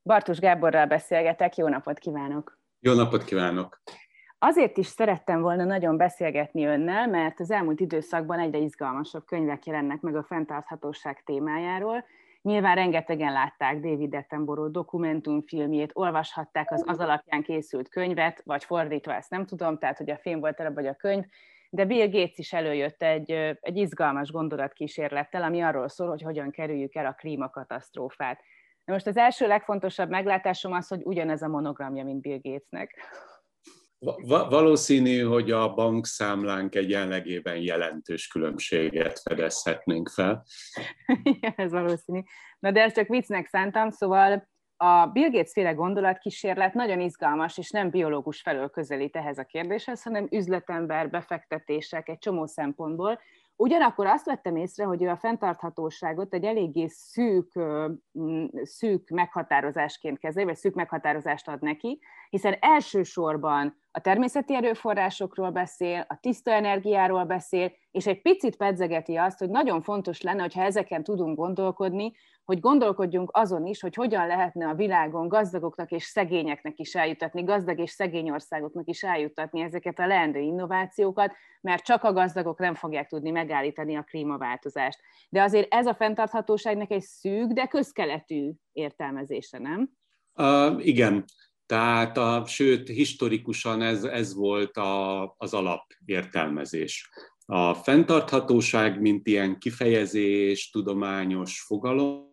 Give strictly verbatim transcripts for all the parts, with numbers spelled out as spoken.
Bartus Gáborral beszélgetek, jó napot kívánok! Jó napot kívánok! Azért is szerettem volna nagyon beszélgetni önnel, mert az elmúlt időszakban egyre izgalmasabb könyvek jelennek meg a fenntarthatóság témájáról. Nyilván rengetegen látták David Attenborough dokumentumfilmjét, olvashatták az az alapján készült könyvet, vagy fordítva, ezt nem tudom, tehát hogy a film volt előbb, vagy a könyv, de Bill Gates is előjött egy, egy izgalmas gondolatkísérlettel, ami arról szól, hogy hogyan kerüljük el a klímakatasztrófát. Na most az első legfontosabb meglátásom az, hogy ugyanez a monogramja, mint Bill Gatesnek. Va- valószínű, hogy a bankszámlánk egyenlegében jelentős különbséget fedezhetnénk fel. Igen, ez valószínű. Na de ezt csak viccnek szántam, szóval a Bill Gates féle gondolatkísérlet nagyon izgalmas, és nem biológus felől közelít ehhez a kérdéshez, hanem üzletember, befektetések, egy csomó szempontból. Ugyanakkor azt vettem észre, hogy ő a fenntarthatóságot egy eléggé szűk, szűk meghatározásként kezeli, vagy szűk meghatározást ad neki, hiszen elsősorban a természeti erőforrásokról beszél, a tiszta energiáról beszél, és egy picit pedzegeti azt, hogy nagyon fontos lenne, hogyha ezeken tudunk gondolkodni, hogy gondolkodjunk azon is, hogy hogyan lehetne a világon gazdagoknak és szegényeknek is eljutatni, gazdag és szegény országoknak is eljutatni ezeket a leendő innovációkat, mert csak a gazdagok nem fogják tudni megállítani a klímaváltozást. De azért ez a fenntarthatóságnak egy szűk, de közkeletű értelmezése, nem? Uh, igen. Tehát, a, sőt, historikusan ez, ez volt a, az alapértelmezés. A fenntarthatóság, mint ilyen kifejezés, tudományos fogalom,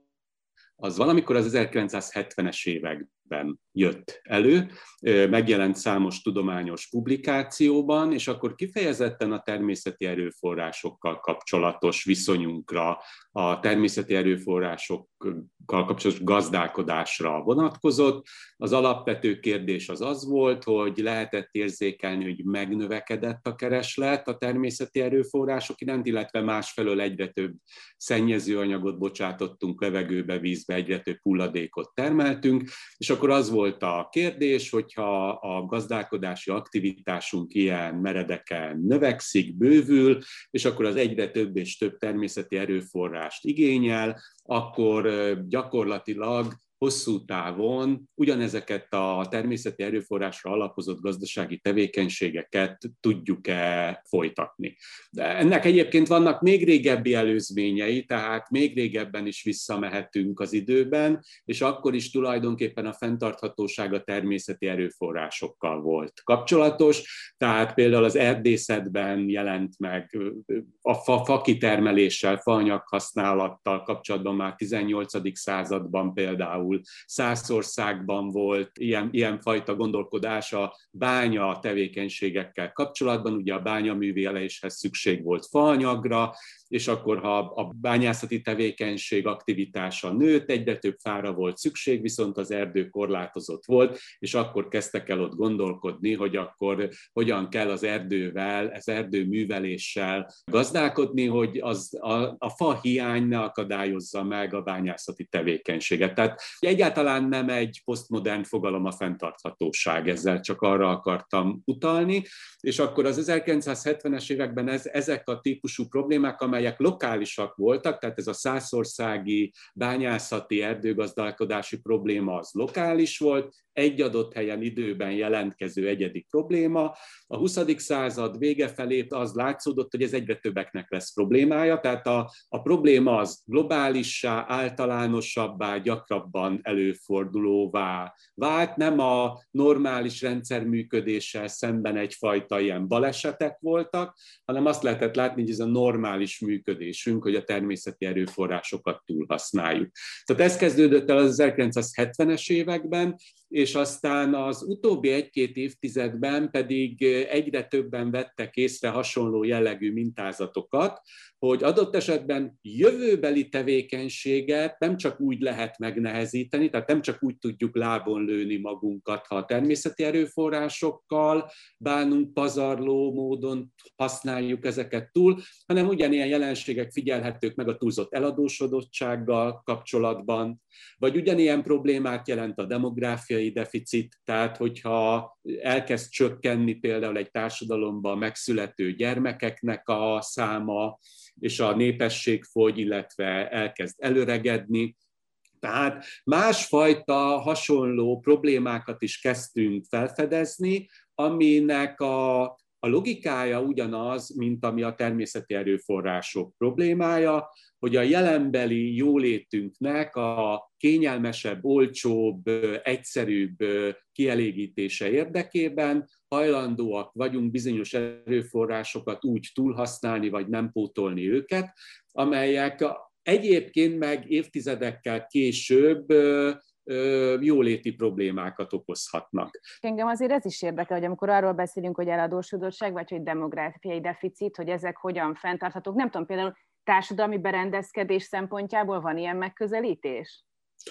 az valamikor az ezerkilencszázhetvenes években jött elő, megjelent számos tudományos publikációban, és akkor kifejezetten a természeti erőforrásokkal kapcsolatos viszonyunkra, a természeti erőforrásokkal kapcsolatos gazdálkodásra vonatkozott. Az alapvető kérdés az az volt, hogy lehetett érzékelni, hogy megnövekedett a kereslet a természeti erőforrások iránt, illetve másfelől egyre több szennyezőanyagot bocsátottunk levegőbe, vízbe, egyre több hulladékot termeltünk, és akkor az volt a kérdés, hogyha a gazdálkodási aktivitásunk ilyen meredeken növekszik, bővül, és akkor az egyre több és több természeti erőforrást igényel, akkor gyakorlatilag hosszú távon ugyanezeket a természeti erőforrásra alapozott gazdasági tevékenységeket tudjuk-e folytatni. De ennek egyébként vannak még régebbi előzményei, tehát még régebben is visszamehetünk az időben, és akkor is tulajdonképpen a fenntarthatóság a természeti erőforrásokkal volt kapcsolatos, tehát például az erdészetben jelent meg a fa, fa kitermeléssel, faanyag használattal kapcsolatban már tizennyolcadik században például Szászországban volt ilyen, ilyen fajta gondolkodás a bánya tevékenységekkel kapcsolatban, ugye a bányaműveléshez szükség volt faanyagra, és akkor, ha a bányászati tevékenység aktivitása nőtt, egyre több fára volt szükség, viszont az erdő korlátozott volt, és akkor kezdtek el ott gondolkodni, hogy akkor hogyan kell az erdővel, az erdőműveléssel gazdálkodni, hogy az, a, a fa hiány ne akadályozza meg a bányászati tevékenységet. Tehát egyáltalán nem egy posztmodern fogalom a fenntarthatóság, ezzel csak arra akartam utalni, és akkor az ezerkilencszázhetvenes években ez, ezek a típusú problémák, amelyek lokálisak voltak, tehát ez a szászországi bányászati erdőgazdálkodási probléma az lokális volt, egy adott helyen időben jelentkező egyedi probléma. A huszadik század vége felé az látszódott, hogy ez egyre többeknek lesz problémája, tehát a, a probléma az globálissá, általánosabbá, gyakrabban előfordulóvá vált, nem a normális rendszer működéssel szemben egyfajta ilyen balesetek voltak, hanem azt lehetett látni, hogy ez a normális működésünk, hogy a természeti erőforrásokat túlhasználjuk. Tehát ez kezdődött el az ezerkilencszázhetvenes években, és aztán az utóbbi egy-két évtizedben pedig egyre többen vettek észre hasonló jellegű mintázatokat, hogy adott esetben jövőbeli tevékenységet nem csak úgy lehet megnehezíteni, tehát nem csak úgy tudjuk lábon lőni magunkat, ha a természeti erőforrásokkal bánunk, pazarló módon használjuk ezeket túl, hanem ugyanilyen jelenségek figyelhetők meg a túlzott eladósodottsággal kapcsolatban, vagy ugyanilyen problémát jelent a demográfiai deficit, tehát hogyha elkezd csökkenni például egy társadalomban megszülető gyermekeknek a száma, és a népesség fogy, illetve elkezd előregedni, Tehát másfajta hasonló problémákat is kezdtünk felfedezni, aminek a, a logikája ugyanaz, mint ami a természeti erőforrások problémája, hogy a jelenbeli jólétünknek a kényelmesebb, olcsóbb, egyszerűbb kielégítése érdekében hajlandóak vagyunk bizonyos erőforrásokat úgy túlhasználni, vagy nem pótolni őket, amelyek egyébként meg évtizedekkel később jóléti problémákat okozhatnak. Engem azért ez is érdekel, hogy amikor arról beszélünk, hogy eladósodottság, vagy hogy demográfiai deficit, hogy ezek hogyan fenntarthatók. Nem tudom, például társadalmi berendezkedés szempontjából van ilyen megközelítés?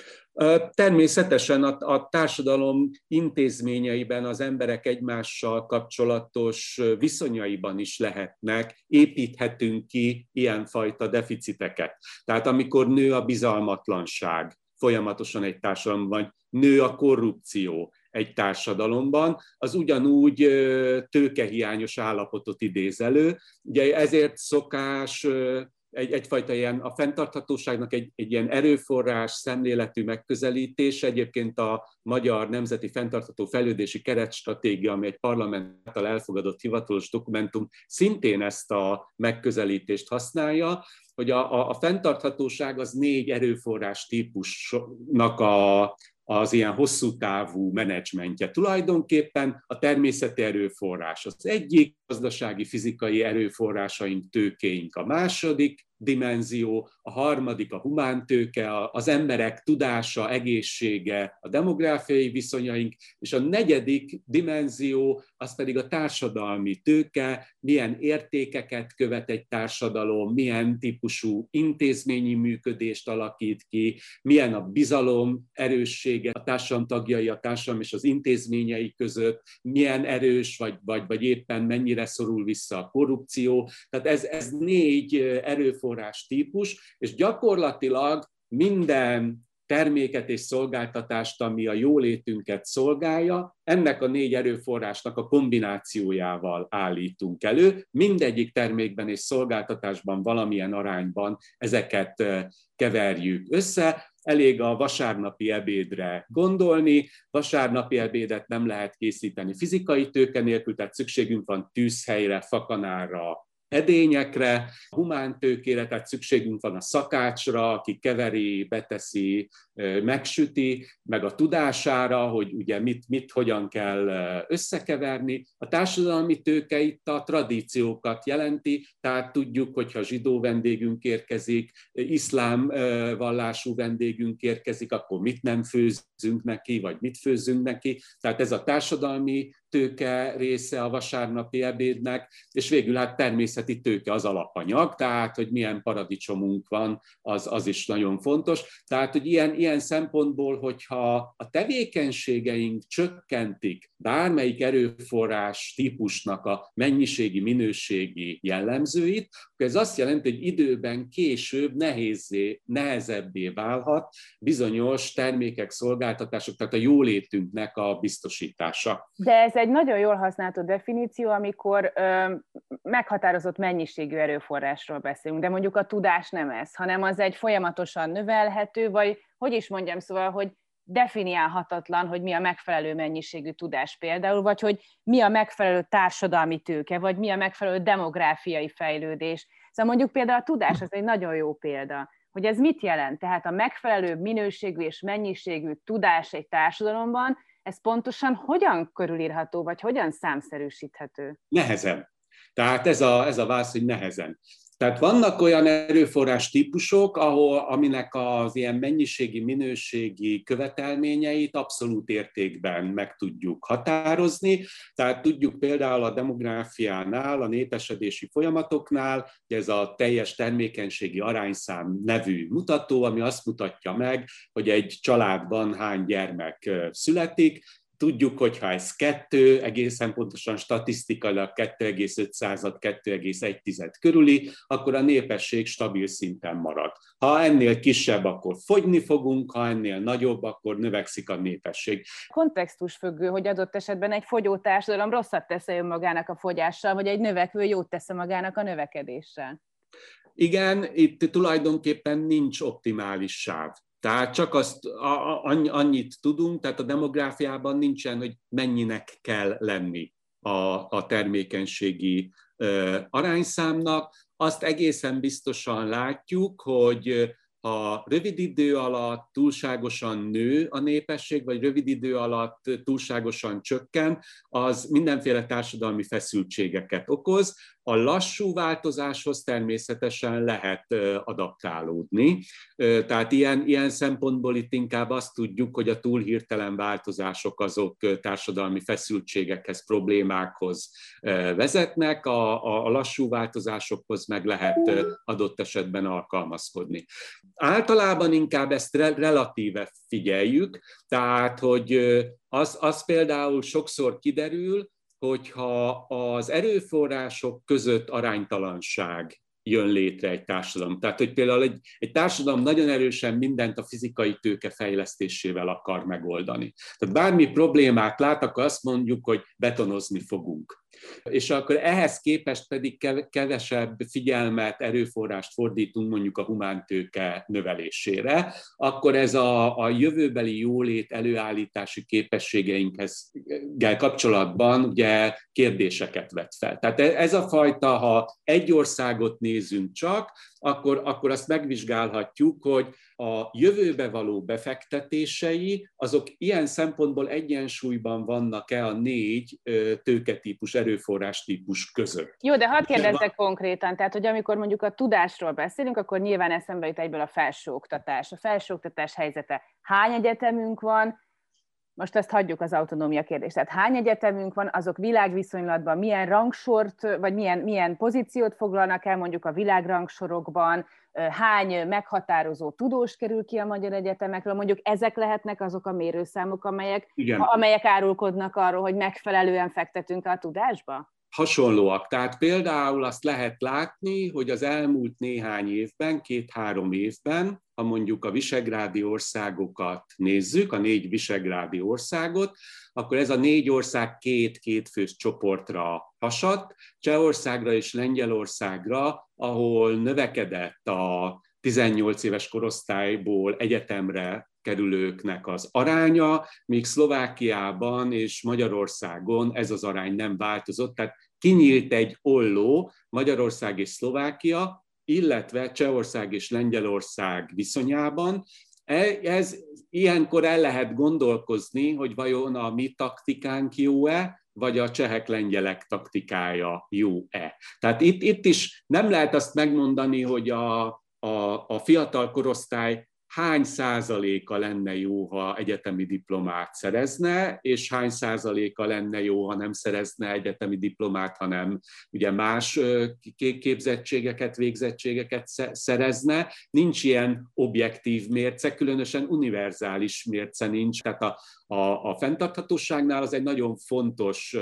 Természetesen a, a társadalom intézményeiben az emberek egymással kapcsolatos viszonyaiban is lehetnek, építhetünk ki ilyenfajta deficiteket. Tehát amikor nő a bizalmatlanság folyamatosan egy társadalomban, vagy nő a korrupció egy társadalomban, az ugyanúgy tőkehiányos állapotot idéz elő. Ugye ezért szokás Egy, egyfajta ilyen, a fenntarthatóságnak egy, egy ilyen erőforrás szemléletű megközelítés. Egyébként a Magyar Nemzeti Fenntartható Fejlődési Keretstratégia, ami egy parlament által elfogadott hivatalos dokumentum, szintén ezt a megközelítést használja, hogy a, a, a fenntarthatóság az négy erőforrás típusnak a, az ilyen hosszú távú menedzsmentje. Tulajdonképpen a természeti erőforrás az egyik, gazdasági, fizikai erőforrásaink, tőkéink a második dimenzió, a harmadik a humántőke, az emberek tudása, egészsége, a demográfiai viszonyaink, és a negyedik dimenzió az pedig a társadalmi tőke, milyen értékeket követ egy társadalom, milyen típusú intézményi működést alakít ki, milyen a bizalom erőssége a társadalom tagjai, a társadalom és az intézményei között, milyen erős, vagy, vagy, vagy éppen mennyire szorul vissza a korrupció. Tehát ez, ez négy erőforrás típus, és gyakorlatilag minden terméket és szolgáltatást, ami a jólétünket szolgálja, ennek a négy erőforrásnak a kombinációjával állítunk elő. Mindegyik termékben és szolgáltatásban valamilyen arányban ezeket keverjük össze. Elég a vasárnapi ebédre gondolni. Vasárnapi ebédet nem lehet készíteni fizikai tőke nélkül, tehát szükségünk van tűzhelyre, fakanálra, edényekre, humántőkére, tehát szükségünk van a szakácsra, aki keveri, beteszi, megsüti, meg a tudására, hogy ugye mit, mit hogyan kell összekeverni. A társadalmi tőke itt a tradíciókat jelenti, tehát tudjuk, hogyha zsidó vendégünk érkezik, iszlám vallású vendégünk érkezik, akkor mit nem főzünk neki, vagy mit főzzünk neki. Tehát ez a társadalmi tőke része a vasárnapi ebédnek, és végül hát természeti tőke az alapanyag, tehát hogy milyen paradicsomunk van, az, az is nagyon fontos. Tehát, hogy ilyen, ilyen szempontból, hogyha a tevékenységeink csökkentik bármelyik erőforrás típusnak a mennyiségi, minőségi jellemzőit, akkor ez azt jelenti, hogy időben később nehézzé, nehezebbé válhat bizonyos termékek, szolgáltatások, tehát a jólétünknek a biztosítása. De ez egy nagyon jól használható definíció, amikor ö, meghatározott mennyiségű erőforrásról beszélünk, de mondjuk a tudás nem ez, hanem az egy folyamatosan növelhető, vagy hogy is mondjam, szóval, hogy definiálhatatlan, hogy mi a megfelelő mennyiségű tudás például, vagy hogy mi a megfelelő társadalmi tőke, vagy mi a megfelelő demográfiai fejlődés. Szóval mondjuk például a tudás az egy nagyon jó példa, hogy ez mit jelent? Tehát a megfelelő minőségű és mennyiségű tudás egy társadalomban, ez pontosan hogyan körülírható, vagy hogyan számszerűsíthető? Nehezen. Tehát ez a, ez a válasz, hogy nehezen. Tehát vannak olyan erőforrás típusok, ahol, aminek az ilyen mennyiségi, minőségi követelményeit abszolút értékben meg tudjuk határozni. Tehát tudjuk például a demográfiánál, a népesedési folyamatoknál, hogy ez a teljes termékenységi arányszám nevű mutató, ami azt mutatja meg, hogy egy családban hány gyermek születik. Tudjuk, hogy ha ez kettő, egészen pontosan statisztikailag kettő egész öt - kettő egész egy körüli, akkor a népesség stabil szinten marad. Ha ennél kisebb, akkor fogyni fogunk, ha ennél nagyobb, akkor növekszik a népesség. Kontextus függő, hogy adott esetben egy fogyó társadalom rosszat tesz-e önmagának a fogyással, vagy egy növekvő jót tesz-e magának a növekedéssel? Igen, itt tulajdonképpen nincs optimális sáv. Tehát csak azt, a, a, annyit tudunk, tehát a demográfiában nincsen, hogy mennyinek kell lenni a, a termékenységi ö, arányszámnak. Azt egészen biztosan látjuk, hogy ha rövid idő alatt túlságosan nő a népesség, vagy rövid idő alatt túlságosan csökken, az mindenféle társadalmi feszültségeket okoz. A lassú változáshoz természetesen lehet adaptálódni. Tehát ilyen, ilyen szempontból itt inkább azt tudjuk, hogy a túl hirtelen változások azok társadalmi feszültségekhez, problémákhoz vezetnek, a, a lassú változásokhoz meg lehet adott esetben alkalmazkodni. Általában inkább ezt relatíve figyeljük, tehát hogy az, az például sokszor kiderül, hogyha az erőforrások között aránytalanság jön létre egy társadalom. Tehát, hogy például egy, egy társadalom nagyon erősen mindent a fizikai tőke fejlesztésével akar megoldani. Tehát bármi problémát lát, akkor azt mondjuk, hogy betonozni fogunk. És akkor ehhez képest pedig kevesebb figyelmet, erőforrást fordítunk mondjuk a humántőke növelésére, akkor ez a, a jövőbeli jólét előállítási képességeinkhez kapcsolatban ugye kérdéseket vet fel. Tehát ez a fajta, ha egy országot nézünk csak, akkor, akkor azt megvizsgálhatjuk, hogy a jövőbe való befektetései, azok ilyen szempontból egyensúlyban vannak-e a négy tőketípus, erőforrás típus között. Jó, de hadd kérdezzek konkrétan, tehát, hogy amikor mondjuk a tudásról beszélünk, akkor nyilván eszembe jut egyből a felsőoktatás. A felsőoktatás helyzete. Hány egyetemünk van? Most ezt hagyjuk, az autonómia kérdést. Tehát hány egyetemünk van, azok világviszonylatban milyen rangsort, vagy milyen, milyen pozíciót foglalnak el mondjuk a világrangsorokban, hány meghatározó tudós kerül ki a magyar egyetemekről, mondjuk ezek lehetnek azok a mérőszámok, amelyek, amelyek árulkodnak arról, hogy megfelelően fektetünk a tudásba? Hasonlóak. Tehát például azt lehet látni, hogy az elmúlt néhány évben, két-három évben, ha mondjuk a visegrádi országokat nézzük, a négy visegrádi országot, akkor ez a négy ország két-két fős csoportra hasadt, Csehországra és Lengyelországra, ahol növekedett a tizennyolc éves korosztályból egyetemre kerülőknek az aránya, míg Szlovákiában és Magyarországon ez az arány nem változott, tehát kinyílt egy olló Magyarország és Szlovákia, illetve Csehország és Lengyelország viszonyában. Ez, ilyenkor el lehet gondolkozni, hogy vajon a mi taktikánk jó-e, vagy a csehek-lengyelek taktikája jó-e. Tehát itt, itt is nem lehet azt megmondani, hogy a, a, a fiatal korosztály hány százaléka lenne jó, ha egyetemi diplomát szerezne, és hány százaléka lenne jó, ha nem szerezne egyetemi diplomát, hanem ugye más képzettségeket, végzettségeket szerezne. Nincs ilyen objektív mérce, különösen univerzális mérce nincs. Tehát a, a, a fenntarthatóságnál az egy nagyon fontos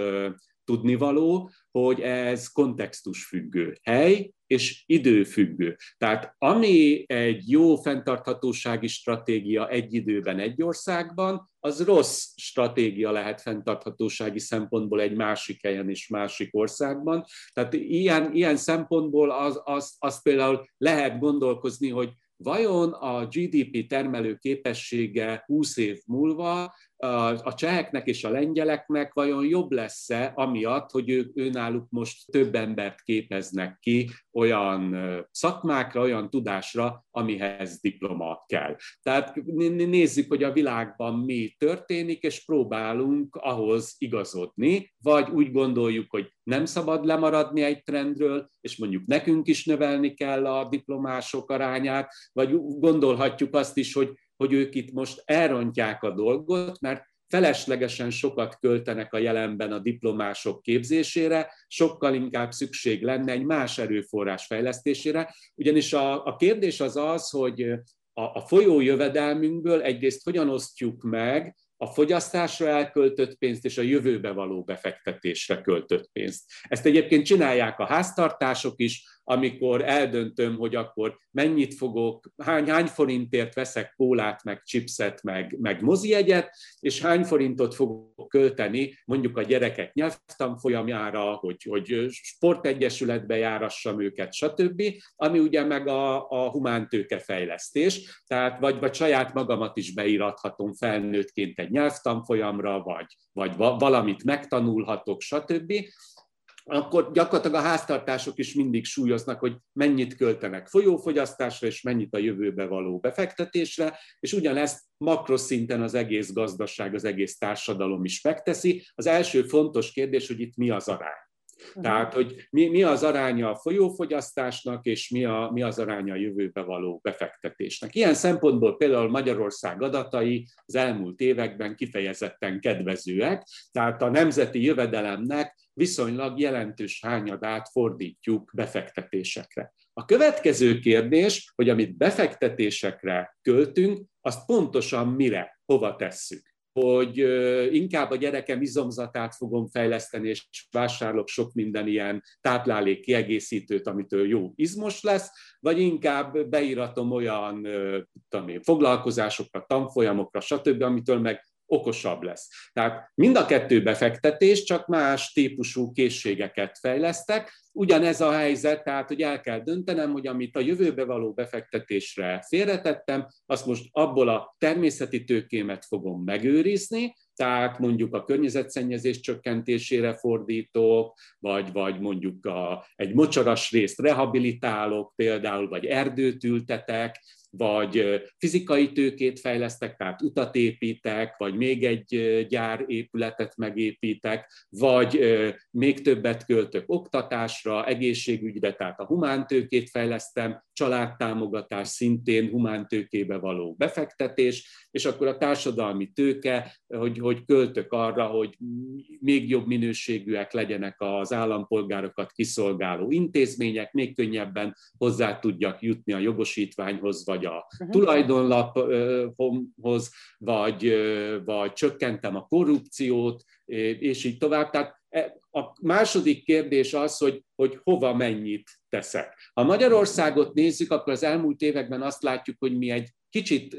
tudnivaló, hogy ez kontextusfüggő, hely és időfüggő. Tehát ami egy jó fenntarthatósági stratégia egy időben egy országban, az rossz stratégia lehet fenntarthatósági szempontból egy másik helyen és másik országban. Tehát ilyen, ilyen szempontból az, az, az például lehet gondolkozni, hogy vajon a gé dé pé termelő képessége húsz év múlva a cseheknek és a lengyeleknek vajon jobb lesz-e, amiatt, hogy ők őnáluk most több embert képeznek ki olyan szakmákra, olyan tudásra, amihez diploma kell. Tehát nézzük, hogy a világban mi történik, és próbálunk ahhoz igazodni, vagy úgy gondoljuk, hogy nem szabad lemaradni egy trendről, és mondjuk nekünk is növelni kell a diplomások arányát, vagy gondolhatjuk azt is, hogy hogy ők itt most elrontják a dolgot, mert feleslegesen sokat költenek a jelenben a diplomások képzésére, sokkal inkább szükség lenne egy más erőforrás fejlesztésére, ugyanis a, a kérdés az az, hogy a, a folyó jövedelmünkből egyrészt hogyan osztjuk meg a fogyasztásra elköltött pénzt és a jövőbe való befektetésre költött pénzt. Ezt egyébként csinálják a háztartások is, amikor eldöntöm, hogy akkor mennyit fogok, hány, hány forintért veszek kólát, meg chipset, meg, meg mozijegyet, és hány forintot fogok költeni mondjuk a gyerekek nyelvtanfolyamjára, hogy, hogy sportegyesületbe járassam őket, stb., ami ugye meg a, a humántőkefejlesztés, tehát vagy, vagy saját magamat is beírathatom felnőttként egy nyelvtanfolyamra, vagy, vagy valamit megtanulhatok, stb., akkor gyakorlatilag a háztartások is mindig súlyoznak, hogy mennyit költenek folyófogyasztásra, és mennyit a jövőbe való befektetésre, és ugyanezt makroszinten az egész gazdaság, az egész társadalom is megteszi. Az első fontos kérdés, hogy itt mi az arány. Uh-huh. Tehát, hogy mi, mi az aránya a folyófogyasztásnak, és mi, a, mi az aránya a jövőbe való befektetésnek. Ilyen szempontból például Magyarország adatai az elmúlt években kifejezetten kedvezőek, tehát a nemzeti jövedelemnek viszonylag jelentős hányadát fordítjuk befektetésekre. A következő kérdés, hogy amit befektetésekre költünk, azt pontosan mire, hova tesszük. Hogy inkább a gyerekem izomzatát fogom fejleszteni, és vásárolok sok minden ilyen táplálék kiegészítőt, amitől jó izmos lesz, vagy inkább beíratom olyan tudom én, foglalkozásokra, tanfolyamokra, stb., amitől meg okosabb lesz. Tehát mind a kettő befektetés, csak más típusú készségeket fejlesztek. Ugyanez a helyzet, tehát hogy el kell döntenem, hogy amit a jövőbe való befektetésre félretettem, azt most abból a természeti tőkémet fogom megőrizni, tehát mondjuk a környezetszennyezés csökkentésére fordítok, vagy, vagy mondjuk a, egy mocsaras részt rehabilitálok például, vagy erdőt ültetek, vagy fizikai tőkét fejlesztek, tehát utat építek, vagy még egy gyárépületet megépítek, vagy még többet költök oktatásra, egészségügyre, tehát a humántőkét fejlesztem, családtámogatás szintén humántőkébe való befektetés, és akkor a társadalmi tőke, hogy, hogy költök arra, hogy még jobb minőségűek legyenek az állampolgárokat kiszolgáló intézmények, még könnyebben hozzá tudjak jutni a jogosítványhoz, vagy a uh-huh. tulajdonlaphoz, vagy, vagy csökkentem a korrupciót, és így tovább. Tehát a második kérdés az, hogy, hogy hova mennyit teszek. Ha Magyarországot nézzük, akkor az elmúlt években azt látjuk, hogy mi egy kicsit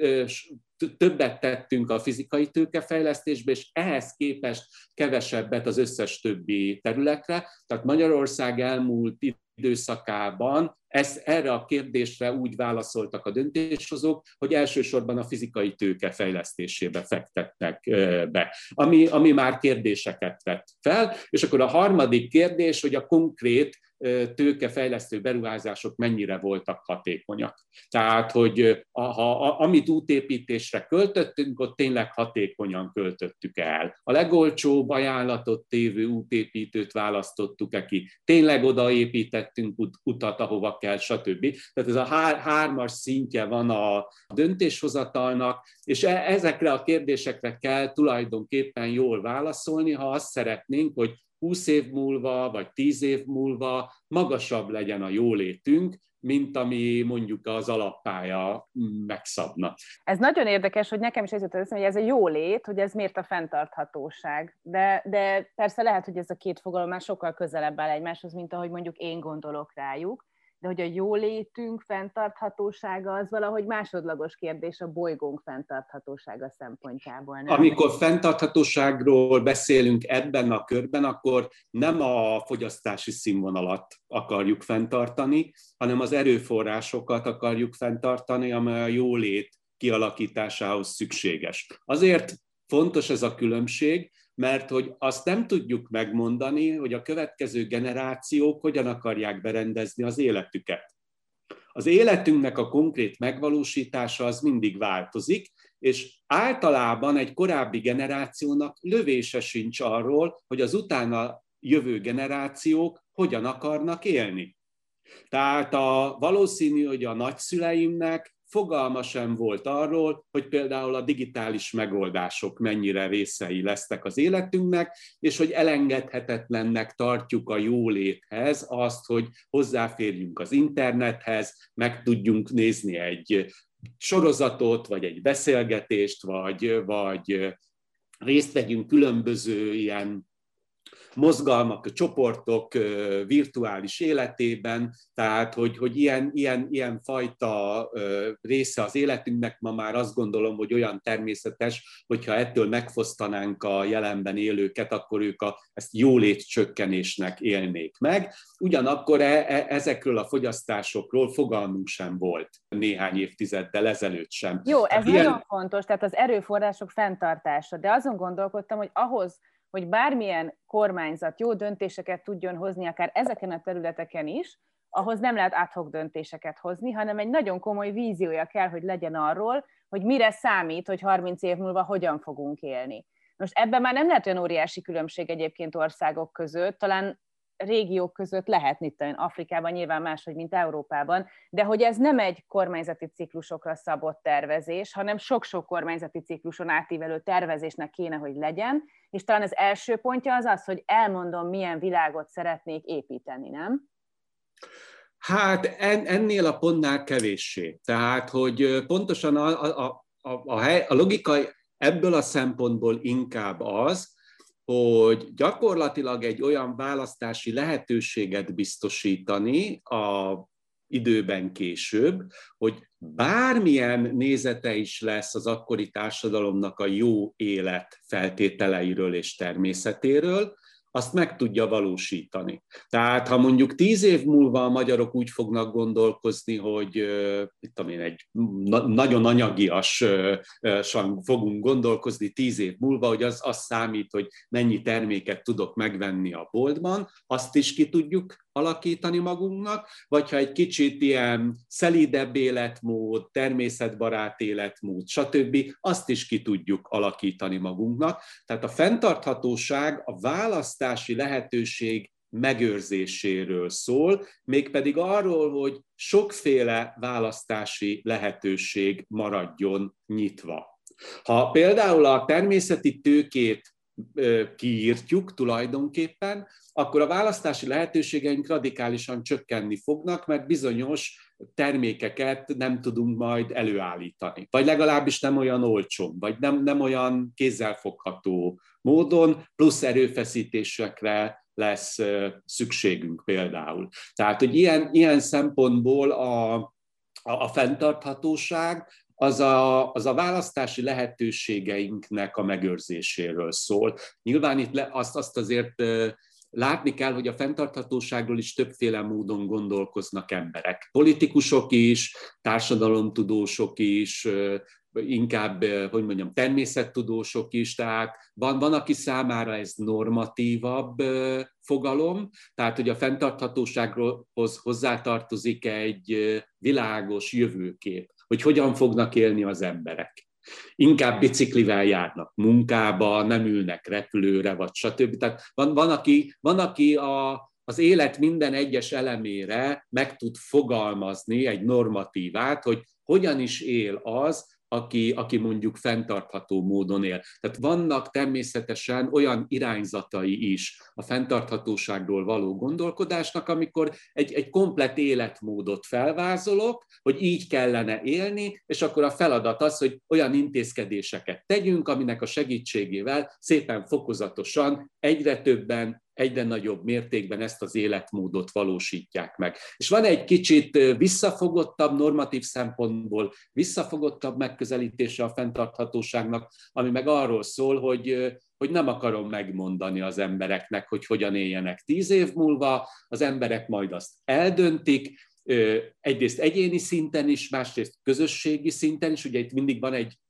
többet tettünk a fizikai tőkefejlesztésbe, és ehhez képest kevesebbet az összes többi területre. Tehát Magyarország elmúlt időszakában ezt, erre a kérdésre úgy válaszoltak a döntéshozók, hogy elsősorban a fizikai tőke fejlesztésébe fektettek be, ami, ami már kérdéseket vett fel. És akkor a harmadik kérdés, hogy a konkrét tőkefejlesztő beruházások mennyire voltak hatékonyak. Tehát, hogy a, ha, amit útépítésre költöttünk, ott tényleg hatékonyan költöttük el. A legolcsóbb ajánlatot tévő útépítőt választottuk-e ki, tényleg odaépítettünk ut, utat, ahova kell, stb. Tehát ez a hár, hármas szintje van a döntéshozatalnak, és e, ezekre a kérdésekre kell tulajdonképpen jól válaszolni, ha azt szeretnénk, hogy húsz év múlva, vagy tíz év múlva magasabb legyen a jólétünk, mint ami mondjuk az alappálya megszabna. Ez nagyon érdekes, hogy nekem is ez jutott eszembe, hogy ez a jólét, hogy ez miért a fenntarthatóság. De, de persze lehet, hogy ez a két fogalom már sokkal közelebb áll egymáshoz, mint ahogy mondjuk én gondolok rájuk. De hogy a jólétünk fenntarthatósága az valahogy másodlagos kérdés a bolygónk fenntarthatósága szempontjából. Nem? Amikor fenntarthatóságról beszélünk ebben a körben, akkor nem a fogyasztási színvonalat akarjuk fenntartani, hanem az erőforrásokat akarjuk fenntartani, amely a jólét kialakításához szükséges. Azért fontos ez a különbség, mert hogy azt nem tudjuk megmondani, hogy a következő generációk hogyan akarják berendezni az életüket. Az életünknek a konkrét megvalósítása az mindig változik, és általában egy korábbi generációnak lövése sincs arról, hogy az utána jövő generációk hogyan akarnak élni. Tehát a, valószínű, hogy a nagyszüleimnek fogalma sem volt arról, hogy például a digitális megoldások mennyire részei lesznek az életünknek, és hogy elengedhetetlennek tartjuk a jóléthez azt, hogy hozzáférjünk az internethez, meg tudjunk nézni egy sorozatot, vagy egy beszélgetést, vagy, vagy részt vegyünk különböző ilyen mozgalmak, csoportok virtuális életében, tehát hogy, hogy ilyen, ilyen, ilyen fajta része az életünknek ma már azt gondolom, hogy olyan természetes, hogyha ettől megfosztanánk a jelenben élőket, akkor ők a, ezt jólétcsökkenésnek élnék meg. Ugyanakkor e, e, ezekről a fogyasztásokról fogalmunk sem volt néhány évtizeddel ezelőtt sem. Jó, ez tehát nagyon ilyen... fontos, tehát az erőforrások fenntartása, de azon gondolkodtam, hogy ahhoz, hogy bármilyen kormányzat jó döntéseket tudjon hozni, akár ezeken a területeken is, ahhoz nem lehet ad hoc döntéseket hozni, hanem egy nagyon komoly víziója kell, hogy legyen arról, hogy mire számít, hogy harminc év múlva hogyan fogunk élni. Most ebben már nem lehet olyan óriási különbség egyébként országok között, talán régiók között lehet, itt Afrikában nyilván máshogy, mint Európában, de hogy ez nem egy kormányzati ciklusokra szabott tervezés, hanem sok-sok kormányzati cikluson átívelő tervezésnek kéne, hogy legyen, és talán az első pontja az az, hogy elmondom, milyen világot szeretnék építeni, nem? Hát en, ennél a pontnál kevéssé. Tehát, hogy pontosan a, a, a, a, hely, a logika ebből a szempontból inkább az, hogy gyakorlatilag egy olyan választási lehetőséget biztosítani a időben később, hogy bármilyen nézete is lesz az akkori társadalomnak a jó élet feltételeiről és természetéről, azt meg tudja valósítani. Tehát ha mondjuk tíz év múlva a magyarok úgy fognak gondolkozni, hogy mit tudom én, egy na- nagyon anyagiasan fogunk gondolkozni tíz év múlva, hogy az, az számít, hogy mennyi terméket tudok megvenni a boltban, azt is ki tudjuk alakítani magunknak, vagy ha egy kicsit ilyen szelídebb életmód, természetbarát életmód, stb., azt is ki tudjuk alakítani magunknak. Tehát a fenntarthatóság a választási lehetőség megőrzéséről szól, mégpedig arról, hogy sokféle választási lehetőség maradjon nyitva. Ha például a természeti tőkét kiírtjuk tulajdonképpen, akkor a választási lehetőségeink radikálisan csökkenni fognak, mert bizonyos termékeket nem tudunk majd előállítani. Vagy legalábbis nem olyan olcsón, vagy nem, nem olyan kézzelfogható módon, plusz erőfeszítésekre lesz szükségünk például. Tehát, hogy ilyen, ilyen szempontból a, a, a fenntarthatóság az a, az a választási lehetőségeinknek a megőrzéséről szól. Nyilván itt le, azt, azt azért látni kell, hogy a fenntarthatóságról is többféle módon gondolkoznak emberek. Politikusok is, társadalomtudósok is, inkább, hogy mondjam, természettudósok is, tehát van, van, aki számára ez normatívabb fogalom, tehát hogy a fenntarthatósághoz hozzátartozik egy világos jövőkép, hogy hogyan fognak élni az emberek. Inkább biciklivel járnak munkába, nem ülnek repülőre, vagy stb. Tehát van, van aki, van, aki a, az élet minden egyes elemére meg tud fogalmazni egy normatívát, hogy hogyan is él az, aki, aki mondjuk fenntartható módon él. Tehát vannak természetesen olyan irányzatai is a fenntarthatóságról való gondolkodásnak, amikor egy, egy komplett életmódot felvázolok, hogy így kellene élni, és akkor a feladat az, hogy olyan intézkedéseket tegyünk, aminek a segítségével szépen fokozatosan egyre többen, egyre nagyobb mértékben ezt az életmódot valósítják meg. És van egy kicsit visszafogottabb, normatív szempontból visszafogottabb megközelítése a fenntarthatóságnak, ami meg arról szól, hogy, hogy nem akarom megmondani az embereknek, hogy hogyan éljenek tíz év múlva, az emberek majd azt eldöntik, egyrészt egyéni szinten is, másrészt közösségi szinten is, ugye itt mindig van egy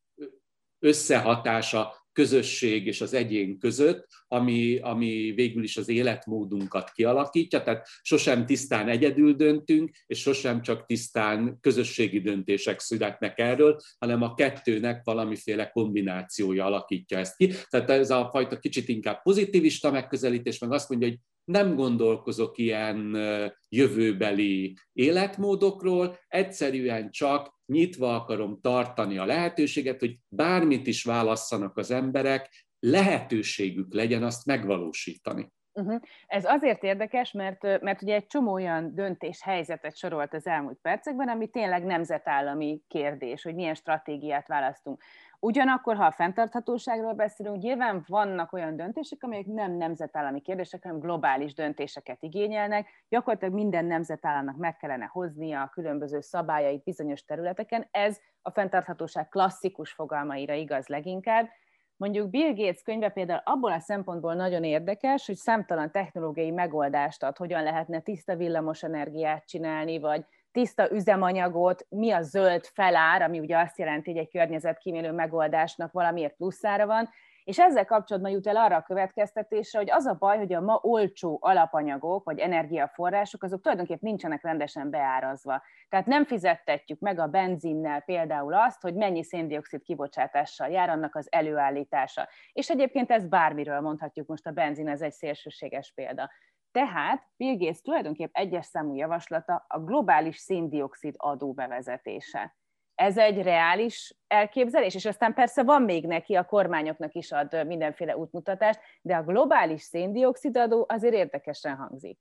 összehatása közösség és az egyén között, ami, ami végül is az életmódunkat kialakítja, tehát sosem tisztán egyedül döntünk, és sosem csak tisztán közösségi döntések születnek erről, hanem a kettőnek valamiféle kombinációja alakítja ezt ki. Tehát ez a fajta kicsit inkább pozitivista megközelítés, meg azt mondja, hogy nem gondolkozok ilyen jövőbeli életmódokról, egyszerűen csak nyitva akarom tartani a lehetőséget, hogy bármit is válasszanak az emberek, lehetőségük legyen azt megvalósítani. Uh-huh. Ez azért érdekes, mert, mert ugye egy csomó olyan döntéshelyzetet sorolt az elmúlt percekben, ami tényleg nemzetállami kérdés, hogy milyen stratégiát választunk. Ugyanakkor, ha a fenntarthatóságról beszélünk, nyilván vannak olyan döntések, amelyek nem nemzetállami kérdések, hanem globális döntéseket igényelnek. Gyakorlatilag minden nemzetállamnak meg kellene hoznia a különböző szabályait bizonyos területeken. Ez a fenntarthatóság klasszikus fogalmaira igaz leginkább. Mondjuk Bill Gates könyve például abból a szempontból nagyon érdekes, hogy számtalan technológiai megoldást ad, hogyan lehetne tiszta villamos energiát csinálni, vagy tiszta üzemanyagot, mi a zöld felár, ami ugye azt jelenti, hogy egy környezetkímélő megoldásnak valamiért pluszára van, és ezzel kapcsolatban jut el arra a következtetésre, hogy az a baj, hogy a ma olcsó alapanyagok vagy energiaforrások, azok tulajdonképpen nincsenek rendesen beárazva. Tehát nem fizettetjük meg a benzinnel például azt, hogy mennyi szén-dioxid kibocsátással jár annak az előállítása. És egyébként ezt bármiről mondhatjuk, most a benzin ez egy szélsőséges példa. Tehát Bill Gates tulajdonképp egyes számú javaslata a globális szén-dioxid adó bevezetése. Ez egy reális elképzelés, és aztán persze van még neki, a kormányoknak is ad mindenféle útmutatást, de a globális szén-dioxid adó azért érdekesen hangzik.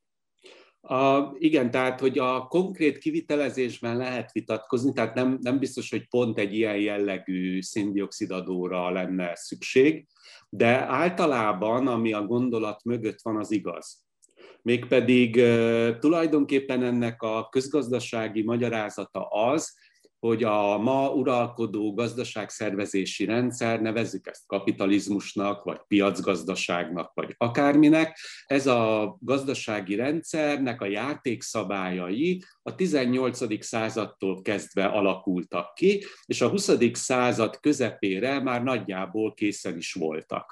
A, igen, tehát, hogy a konkrét kivitelezésben lehet vitatkozni, tehát nem, nem biztos, hogy pont egy ilyen jellegű szén-dioxid adóra lenne szükség, de általában, ami a gondolat mögött van, az igaz. Mégpedig tulajdonképpen ennek a közgazdasági magyarázata az, hogy a ma uralkodó gazdaságszervezési rendszer, nevezzük ezt kapitalizmusnak, vagy piacgazdaságnak, vagy akárminek, ez a gazdasági rendszernek a játékszabályai a tizennyolcadik századtól kezdve alakultak ki, és a huszadik század közepére már nagyjából készen is voltak.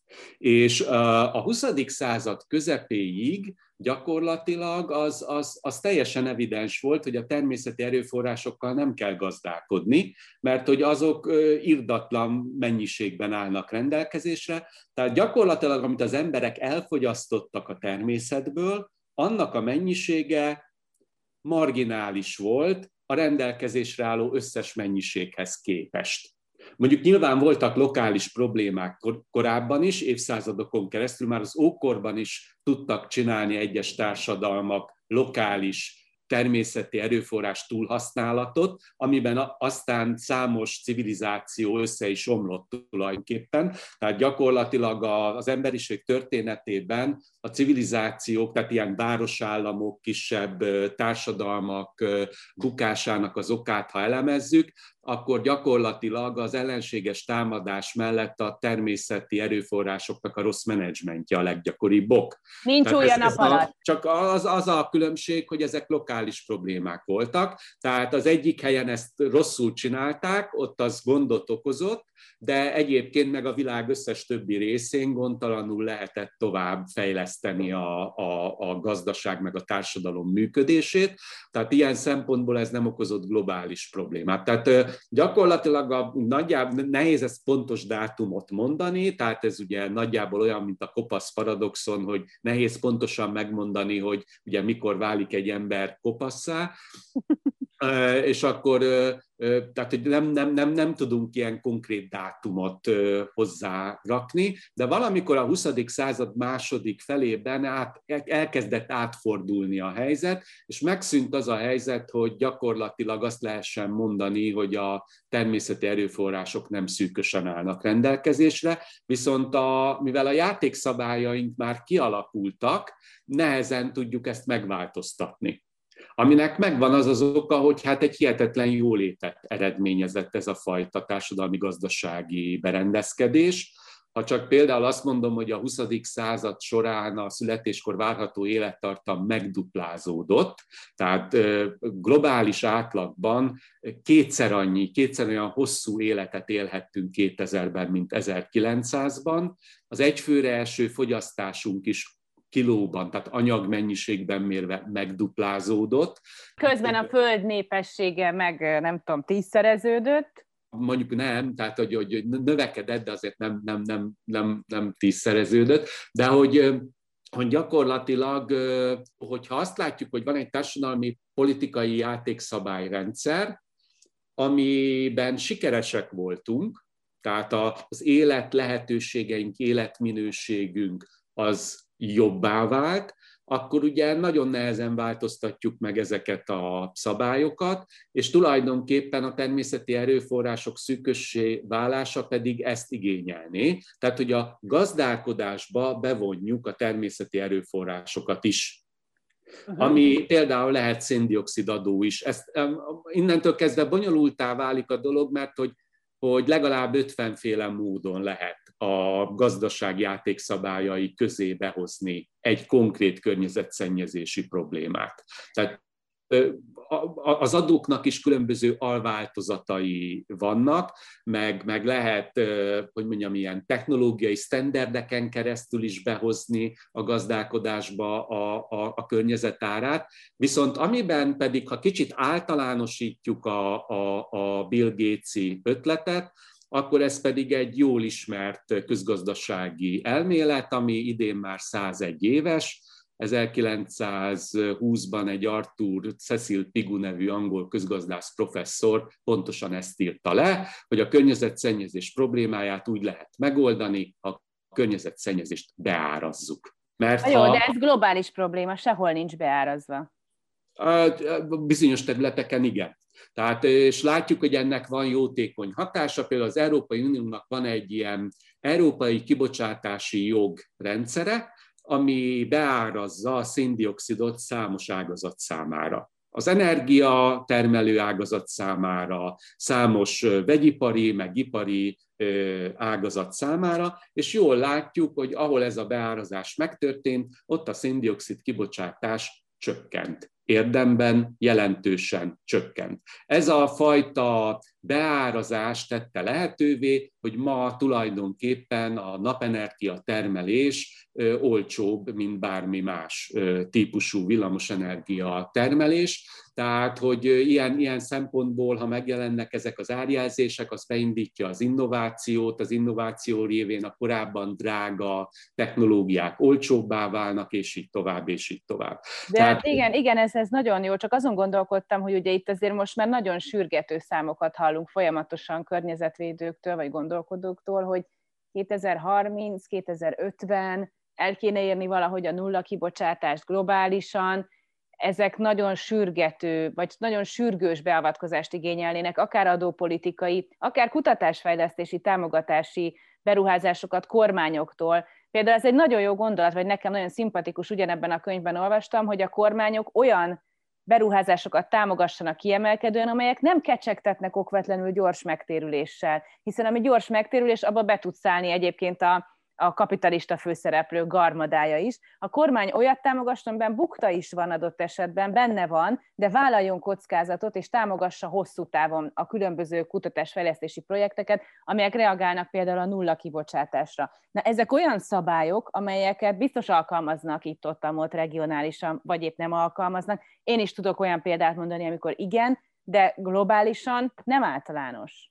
És a huszadik század közepéig gyakorlatilag az, az, az teljesen evidens volt, hogy a természeti erőforrásokkal nem kell gazdálkodni, mert hogy azok irdatlan mennyiségben állnak rendelkezésre. Tehát gyakorlatilag, amit az emberek elfogyasztottak a természetből, annak a mennyisége marginális volt a rendelkezésre álló összes mennyiséghez képest. Mondjuk nyilván voltak lokális problémák korábban is, évszázadokon keresztül, már az ókorban is tudtak csinálni egyes társadalmak lokális természeti erőforrás túlhasználatot, amiben aztán számos civilizáció össze is omlott tulajdonképpen. Tehát gyakorlatilag az emberiség történetében a civilizációk, tehát ilyen városállamok, kisebb társadalmak bukásának az okát, ha elemezzük, akkor gyakorlatilag az ellenséges támadás mellett a természeti erőforrásoknak a rossz menedzsmentje a leggyakoribb ok. Nincs Tehát új a ez, nap ez alatt. A, csak az, az a különbség, hogy ezek lokális problémák voltak. Tehát az egyik helyen ezt rosszul csinálták, ott az gondot okozott, de egyébként meg a világ összes többi részén gondtalanul lehetett tovább fejleszteni a, a, a gazdaság meg a társadalom működését. Tehát ilyen szempontból ez nem okozott globális problémát. Tehát gyakorlatilag a, nagyjából nehéz ezt pontos dátumot mondani, tehát ez ugye nagyjából olyan, mint a kopasz paradoxon, hogy nehéz pontosan megmondani, hogy ugye mikor válik egy ember kopasszá, és akkor tehát, hogy nem, nem, nem, nem tudunk ilyen konkrét dátumot hozzárakni, de valamikor a huszadik század második felében át, elkezdett átfordulni a helyzet, és megszűnt az a helyzet, hogy gyakorlatilag azt lehessen mondani, hogy a természeti erőforrások nem szűkösen állnak rendelkezésre, viszont a, mivel a játékszabályaink már kialakultak, nehezen tudjuk ezt megváltoztatni. Aminek megvan az az oka, hogy hát egy hihetetlen jólétet eredményezett ez a fajta társadalmi-gazdasági berendezkedés. Ha csak például azt mondom, hogy a huszadik század során a születéskor várható élettartam megduplázódott, tehát globális átlagban kétszer annyi, kétszer olyan hosszú életet élhettünk kétezerben, mint ezerkilencszázban. Az egyfőre eső fogyasztásunk is kilóban, tehát anyagmennyiségben mérve megduplázódott. Közben a föld népessége meg nem tudom, tízszereződött. Mondjuk nem, tehát hogy, hogy növekedett, de azért nem, nem, nem, nem, nem tízszereződött, de hogy, hogy gyakorlatilag, hogyha azt látjuk, hogy van egy társadalmi politikai játékszabályrendszer, amiben sikeresek voltunk, tehát az élet lehetőségeink, életminőségünk az jobbá vált, akkor ugye nagyon nehezen változtatjuk meg ezeket a szabályokat, és tulajdonképpen a természeti erőforrások szűkössé válása pedig ezt igényelné. Tehát, hogy a gazdálkodásba bevonjuk a természeti erőforrásokat is. Uh-huh. Ami például lehet szén-dioxid adó is. Ezt, innentől kezdve bonyolultá válik a dolog, mert hogy, hogy legalább ötvenféle módon lehet a gazdaság játékszabályai közé behozni egy konkrét környezetszennyezési problémát. Tehát az adóknak is különböző alváltozatai vannak, meg, meg lehet, hogy mondjam, ilyen technológiai sztenderdeken keresztül is behozni a gazdálkodásba a, a, a környezetárát. Viszont amiben pedig, ha kicsit általánosítjuk a, a, a Bill Gates-i ötletet, akkor ez pedig egy jól ismert közgazdasági elmélet, ami idén már százegy éves. ezerkilencszázhúszban egy Arthur Cecil Pigou nevű angol közgazdász professzor pontosan ezt írta le, hogy a környezetszennyezés problémáját úgy lehet megoldani, ha a környezetszennyezést beárazzuk. Mert jó, ha... de ez globális probléma, sehol nincs beárazva. Bizonyos területeken igen. Tehát, és látjuk, hogy ennek van jótékony hatása, például az Európai Uniónak van egy ilyen európai kibocsátási jogrendszere, ami beárazza a szén-dioxidot számos ágazat számára. Az energia termelő ágazat számára, számos vegyipari, meg ipari ágazat számára, és jól látjuk, hogy ahol ez a beárazás megtörtént, ott a szén-dioxid kibocsátás csökkent. Érdemben jelentősen csökkent. Ez a fajta beárazás tette lehetővé, hogy ma tulajdonképpen a napenergia termelés olcsóbb, mint bármi más típusú villamosenergia termelés. Tehát, hogy ilyen, ilyen szempontból, ha megjelennek ezek az árjelzések, az beindítja az innovációt, az innováció révén a korábban drága technológiák olcsóbbá válnak, és így tovább, és így tovább. De Tehát, igen, igen ez, ez nagyon jó, csak azon gondolkodtam, hogy ugye itt azért most már nagyon sürgető számokat hallunk folyamatosan környezetvédőktől, vagy gondolkodóktól, hogy kétezer-harminc, kétezer-ötven el kéne érni valahogy a nulla kibocsátást globálisan. Ezek nagyon sürgető, vagy nagyon sürgős beavatkozást igényelnének, akár adópolitikai, akár kutatásfejlesztési, támogatási beruházásokat kormányoktól. Például ez egy nagyon jó gondolat, vagy nekem nagyon szimpatikus, ugyanebben a könyvben olvastam, hogy a kormányok olyan beruházásokat támogassanak kiemelkedően, amelyek nem kecsegtetnek okvetlenül gyors megtérüléssel, hiszen ami gyors megtérülés, abba be tud szállni egyébként a a kapitalista főszereplő garmadája is. A kormány olyat támogasson, amiben bukta is van adott esetben, benne van, de vállaljon kockázatot, és támogassa hosszú távon a különböző kutatásfejlesztési projekteket, amelyek reagálnak például a nulla kibocsátásra. Na, ezek olyan szabályok, amelyeket biztos alkalmaznak itt-ott, ott regionálisan, vagy épp nem alkalmaznak. Én is tudok olyan példát mondani, amikor igen, de globálisan nem általános.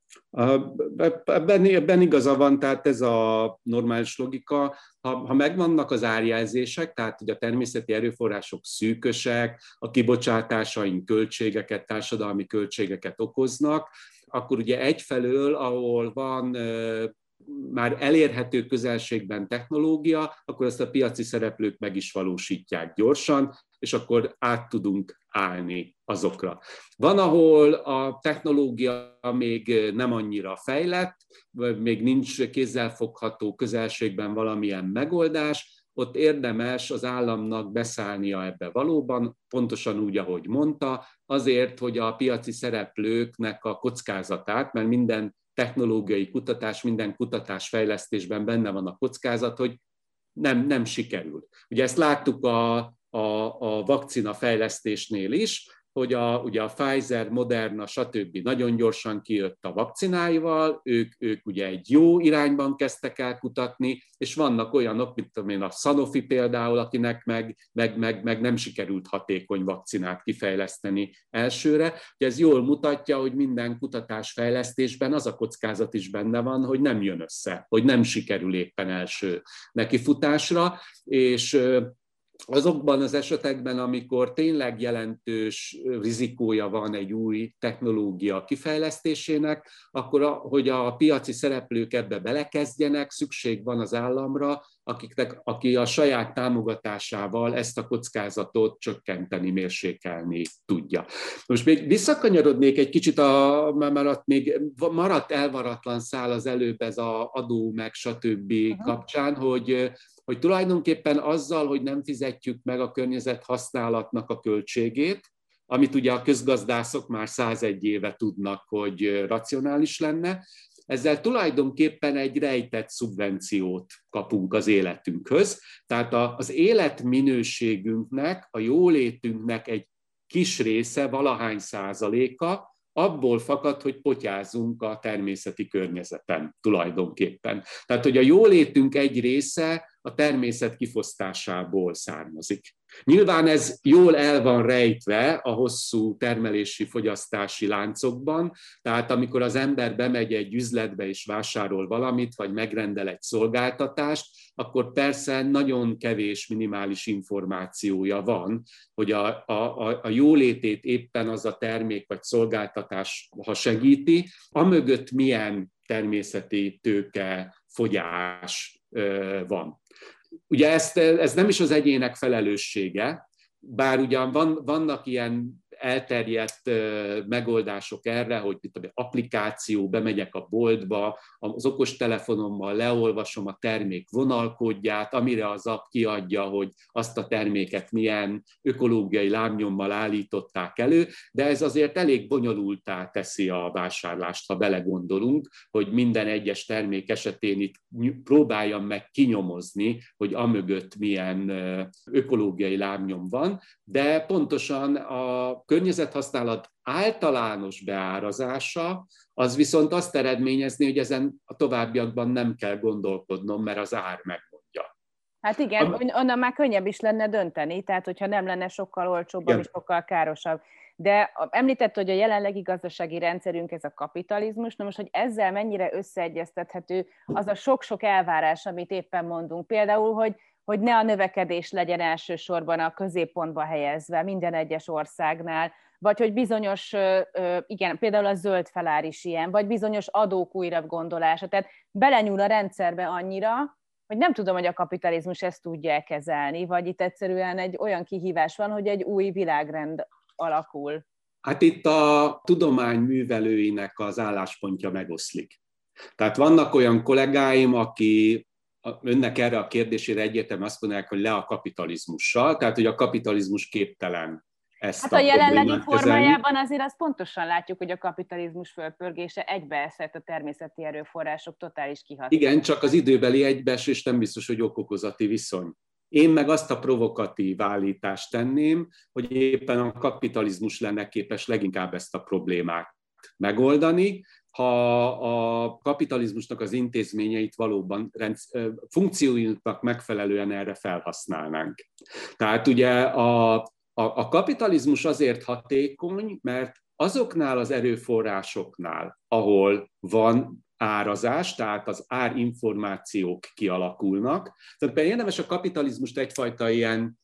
Ebben, ebben igaza van, tehát ez a normális logika. Ha, ha megvannak az árjelzések, tehát hogy a természeti erőforrások szűkösek, a kibocsátásaink költségeket, társadalmi költségeket okoznak, akkor ugye egyfelől, ahol van már elérhető közelségben technológia, akkor ezt a piaci szereplők meg is valósítják gyorsan, és akkor át tudunk állni azokra. Van, ahol a technológia még nem annyira fejlett, még nincs kézzelfogható közelségben valamilyen megoldás, ott érdemes az államnak beszállnia ebbe valóban, pontosan úgy, ahogy mondta, azért, hogy a piaci szereplőknek a kockázatát, mert minden technológiai kutatás, minden kutatásfejlesztésben benne van a kockázat, hogy nem, nem sikerül. Ugye ezt láttuk a, a, a vakcina fejlesztésnél is, hogy a, ugye a Pfizer, Moderna, stb. Nagyon gyorsan kijött a vakcináival, ők, ők ugye egy jó irányban kezdtek el kutatni, és vannak olyanok, mint tudom én, a Sanofi például, akinek meg, meg, meg, meg nem sikerült hatékony vakcinát kifejleszteni elsőre. Ugye ez jól mutatja, hogy minden kutatásfejlesztésben az a kockázat is benne van, hogy nem jön össze, hogy nem sikerül éppen első nekifutásra, és azokban az esetekben, amikor tényleg jelentős rizikója van egy új technológia kifejlesztésének, akkor, a, hogy a piaci szereplők ebbe belekezdjenek, szükség van az államra, akiknek, aki a saját támogatásával ezt a kockázatot csökkenteni, mérsékelni tudja. Most még visszakanyarodnék egy kicsit, a, mert még maradt elvaratlan szál az előbb ez az adó meg stb. Uh-huh. kapcsán, hogy, hogy tulajdonképpen azzal, hogy nem fizetjük meg a környezethasználatnak a költségét, amit ugye a közgazdászok már százegy éve tudnak, hogy racionális lenne, ezzel tulajdonképpen egy rejtett szubvenciót kapunk az életünkhöz. Tehát az életminőségünknek, a jólétünknek egy kis része, valahány százaléka abból fakad, hogy potyázunk a természeti környezeten tulajdonképpen. Tehát, hogy a jólétünk egy része a természet kifosztásából származik. Nyilván ez jól el van rejtve a hosszú termelési, fogyasztási láncokban, tehát amikor az ember bemegy egy üzletbe és vásárol valamit, vagy megrendel egy szolgáltatást, akkor persze nagyon kevés minimális információja van, hogy a, a, a jólétét éppen az a termék vagy szolgáltatás, ha segíti, amögött milyen természeti tőke, fogyás van. Ugye ezt, ez nem is az egyének felelőssége, bár ugyan van, vannak ilyen elterjedt megoldások erre, hogy mit applikáció, bemegyek a boltba, az okostelefonommal leolvasom a termék vonalkódját, amire az app kiadja, hogy azt a terméket milyen ökológiai lábnyommal állították elő, de ez azért elég bonyolultá teszi a vásárlást, ha belegondolunk, hogy minden egyes termék esetén itt próbáljam meg kinyomozni, hogy amögött milyen ökológiai lábnyom van, de pontosan a környezethasználat általános beárazása, az viszont azt eredményezni, hogy ezen a továbbiakban nem kell gondolkodnom, mert az ár megmondja. Hát igen, a... onnan már könnyebb is lenne dönteni, tehát hogyha nem lenne sokkal olcsóbb, és sokkal károsabb. De említett, hogy a jelenlegi gazdasági rendszerünk ez a kapitalizmus, na most, hogy ezzel mennyire összeegyeztethető az a sok-sok elvárás, amit éppen mondunk. Például, hogy hogy ne a növekedés legyen elsősorban a középpontba helyezve minden egyes országnál, vagy hogy bizonyos, igen, például a zöld felár is ilyen, vagy bizonyos adók újra gondolása. Tehát belenyúl a rendszerbe annyira, hogy nem tudom, hogy a kapitalizmus ezt tudja kezelni, vagy itt egyszerűen egy olyan kihívás van, hogy egy új világrend alakul. Hát itt a tudomány művelőinek az álláspontja megoszlik. Tehát vannak olyan kollégáim, aki önnek erre a kérdésére egyértelműen azt mondják, hogy le a kapitalizmussal, tehát hogy a kapitalizmus képtelen ezt hát a, a jelenlegi formájában azért azt pontosan látjuk, hogy a kapitalizmus fölpörgése egybeesett a természeti erőforrások totális kihatása. Igen, csak az időbeli egybeesés nem biztos, hogy ok-okozati viszony. Én meg azt a provokatív állítást tenném, hogy éppen a kapitalizmus lenne képes leginkább ezt a problémát megoldani, ha a kapitalizmusnak az intézményeit valóban funkcióinknak megfelelően erre felhasználnánk. Tehát ugye a, a, a kapitalizmus azért hatékony, mert azoknál az erőforrásoknál, ahol van árazás, tehát az árinformációk kialakulnak. Tehát érdemes a kapitalizmust egyfajta ilyen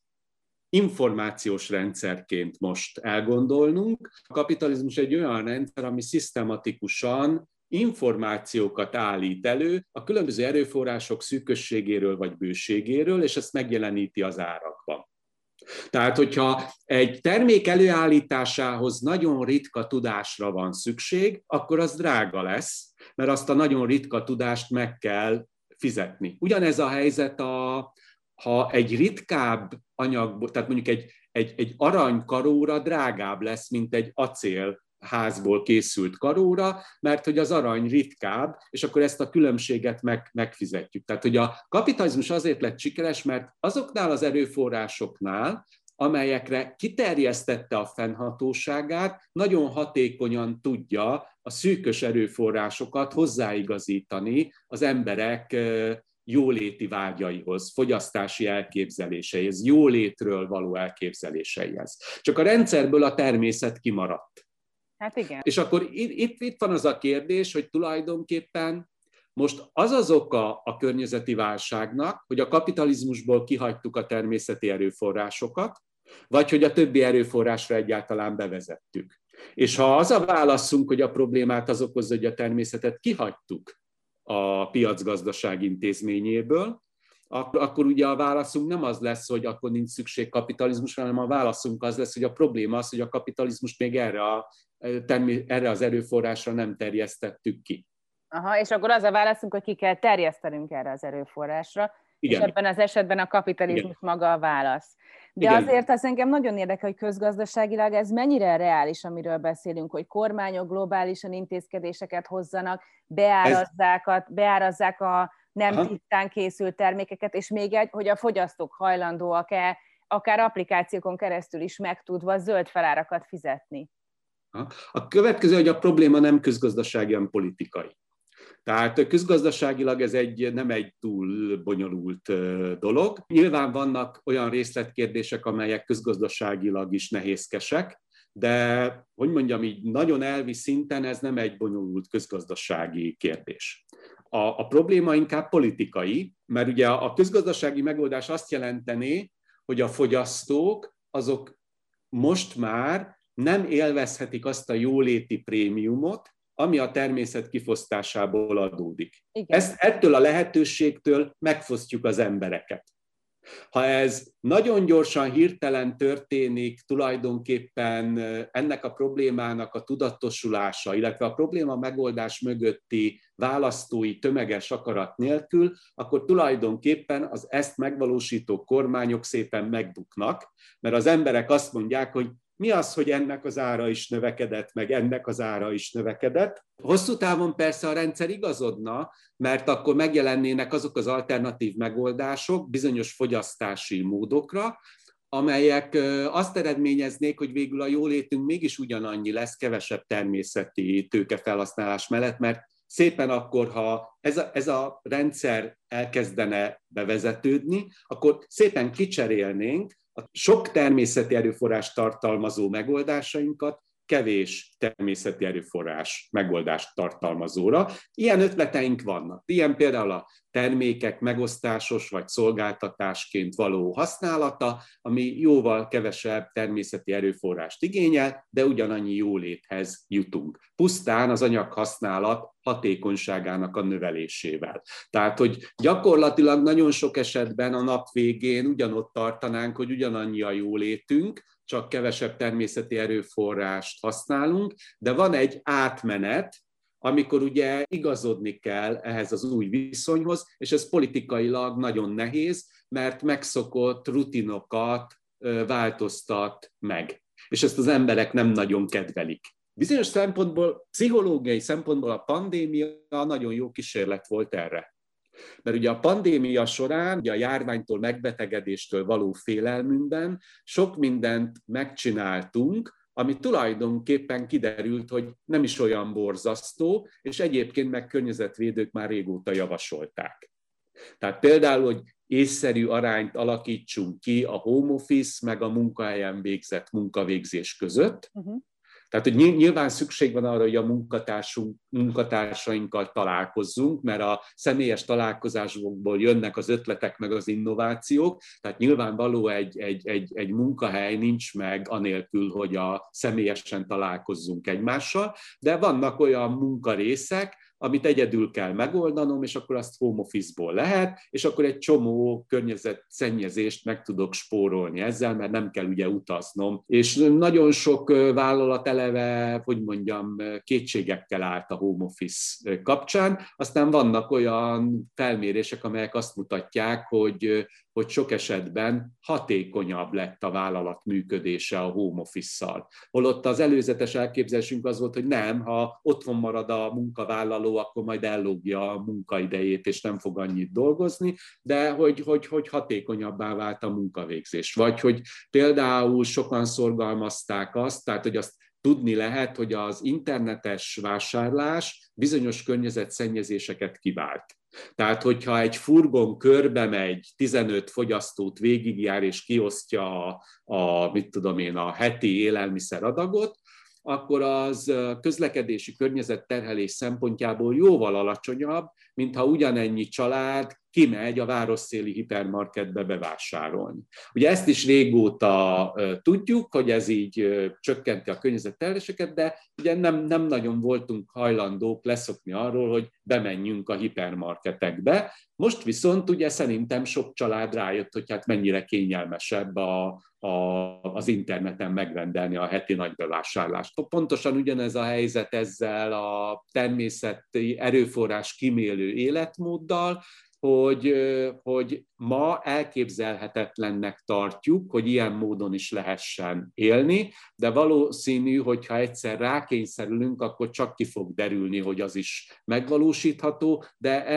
információs rendszerként most elgondolnunk. A kapitalizmus egy olyan rendszer, ami szisztematikusan információkat állít elő a különböző erőforrások szűkösségéről vagy bőségéről, és ezt megjeleníti az árakban. Tehát, hogyha egy termék előállításához nagyon ritka tudásra van szükség, akkor az drága lesz, mert azt a nagyon ritka tudást meg kell fizetni. Ugyanez a helyzet, a, ha egy ritkább anyagból, tehát mondjuk egy, egy, egy aranykaróra drágább lesz, mint egy acélházból készült karóra, mert hogy az arany ritkább, és akkor ezt a különbséget meg, megfizetjük. Tehát, hogy a kapitalizmus azért lett sikeres, mert azoknál az erőforrásoknál, amelyekre kiterjesztette a fennhatóságát, nagyon hatékonyan tudja a szűkös erőforrásokat hozzáigazítani az emberek jóléti vágyaihoz, fogyasztási elképzeléseihez, jólétről való elképzeléseihez. Csak a rendszerből a természet kimaradt. Hát igen. És akkor itt, itt van az a kérdés, hogy tulajdonképpen most az az oka a környezeti válságnak, hogy a kapitalizmusból kihagytuk a természeti erőforrásokat, vagy hogy a többi erőforrásra egyáltalán bevezettük. És ha az a válaszunk, hogy a problémát az okozza, hogy a természetet kihagytuk a piacgazdaság intézményéből, akkor, akkor ugye a válaszunk nem az lesz, hogy akkor nincs szükség kapitalizmusra, hanem a válaszunk az lesz, hogy a probléma az, hogy a kapitalizmust még erre, a, erre az erőforrásra nem terjesztettük ki. Aha, és akkor az a válaszunk, hogy ki kell terjesztenünk erre az erőforrásra, igen. És ebben az esetben a kapitalizmus igen. maga a válasz. De igen. azért az engem nagyon érdekel, hogy közgazdaságilag ez mennyire reális, amiről beszélünk, hogy kormányok globálisan intézkedéseket hozzanak, beárazzák, beárazzák a nem tisztán készült termékeket, és még egy, hogy a fogyasztók hajlandóak-e akár applikációkon keresztül is megtudva zöld felárakat fizetni. A következő, hogy a probléma nem közgazdasági, hanem politikai. Tehát közgazdaságilag ez egy, nem egy túl bonyolult dolog. Nyilván vannak olyan részletkérdések, amelyek közgazdaságilag is nehézkesek, de, hogy mondjam így, nagyon elvi szinten ez nem egy bonyolult közgazdasági kérdés. A, a probléma inkább politikai, mert ugye a közgazdasági megoldás azt jelentené, hogy a fogyasztók azok most már nem élvezhetik azt a jóléti prémiumot, ami a természet kifosztásából adódik. Ezt, ettől a lehetőségtől megfosztjuk az embereket. Ha ez nagyon gyorsan, hirtelen történik, tulajdonképpen ennek a problémának a tudatosulása, illetve a probléma megoldás mögötti választói tömeges akarat nélkül, akkor tulajdonképpen az ezt megvalósító kormányok szépen megbuknak, mert az emberek azt mondják, hogy mi az, hogy ennek az ára is növekedett, meg ennek az ára is növekedett. Hosszú távon persze a rendszer igazodna, mert akkor megjelennének azok az alternatív megoldások bizonyos fogyasztási módokra, amelyek azt eredményeznék, hogy végül a jólétünk mégis ugyanannyi lesz, kevesebb természeti tőkefelhasználás mellett, mert szépen akkor, ha ez a, ez a rendszer elkezdene bevezetődni, akkor szépen kicserélnénk a sok természeti erőforrás tartalmazó megoldásainkat kevés természeti erőforrás megoldást tartalmazóra. Ilyen ötleteink vannak. Ilyen például a termékek megosztásos vagy szolgáltatásként való használata, ami jóval kevesebb természeti erőforrást igényel, de ugyanannyi jóléthez jutunk. Pusztán az anyaghasználat hatékonyságának a növelésével. Tehát, hogy gyakorlatilag nagyon sok esetben a nap végén ugyanott tartanánk, hogy ugyanannyi a jólétünk, csak kevesebb természeti erőforrást használunk, de van egy átmenet, amikor ugye igazodni kell ehhez az új viszonyhoz, és ez politikailag nagyon nehéz, mert megszokott rutinokat változtat meg. És ezt az emberek nem nagyon kedvelik. Bizonyos szempontból, pszichológiai szempontból a pandémia nagyon jó kísérlet volt erre. Mert ugye a pandémia során, ugye a járványtól, megbetegedéstől való félelmünkben sok mindent megcsináltunk, ami tulajdonképpen kiderült, hogy nem is olyan borzasztó, és egyébként meg környezetvédők már régóta javasolták. Tehát például, hogy észszerű arányt alakítsunk ki a home office meg a munkahelyen végzett munkavégzés között. Uh-huh. Tehát, hogy nyilván szükség van arra, hogy a munkatársunk, munkatársainkkal találkozzunk, mert a személyes találkozásokból jönnek az ötletek meg az innovációk, tehát nyilvánvaló egy, egy, egy, egy munkahely nincs meg anélkül, hogy a személyesen találkozzunk egymással, de vannak olyan munkarészek, amit egyedül kell megoldanom, és akkor azt home office-ból lehet, és akkor egy csomó környezetszennyezést meg tudok spórolni ezzel, mert nem kell ugye utaznom. És nagyon sok vállalat eleve, hogy mondjam, kétségekkel állt a home office kapcsán, aztán vannak olyan felmérések, amelyek azt mutatják, hogy hogy sok esetben hatékonyabb lett a vállalat működése a home office-szal. Holott az előzetes elképzelésünk az volt, hogy nem, ha otthon marad a munkavállaló, akkor majd ellógja a munkaidejét, és nem fog annyit dolgozni, de hogy, hogy, hogy hatékonyabbá vált a munkavégzés. Vagy hogy például sokan szorgalmazták azt, tehát hogy azt tudni lehet, hogy az internetes vásárlás bizonyos környezetszennyezéseket kivált. Tehát, hogyha egy furgon körbe megy, tizenöt fogyasztót végigjár és kiosztja a, a, mit tudom én, a heti élelmiszeradagot, akkor az közlekedési környezetterhelés szempontjából jóval alacsonyabb, mintha ugyanennyi család kimegy a városszéli hipermarketbe bevásárolni. Ugye ezt is régóta tudjuk, hogy ez így csökkenti a környezetterheléseket, de ugye nem, nem nagyon voltunk hajlandók leszokni arról, hogy bemenjünk a hipermarketekbe. Most viszont ugye szerintem sok család rájött, hogy hát mennyire kényelmesebb a, a, az interneten megrendelni a heti nagybevásárlást. Pontosan ugyanez a helyzet ezzel a természeti erőforrás kímélő életmóddal, Hogy, hogy ma elképzelhetetlennek tartjuk, hogy ilyen módon is lehessen élni, de valószínű, hogy ha egyszer rákényszerülünk, akkor csak ki fog derülni, hogy az is megvalósítható, de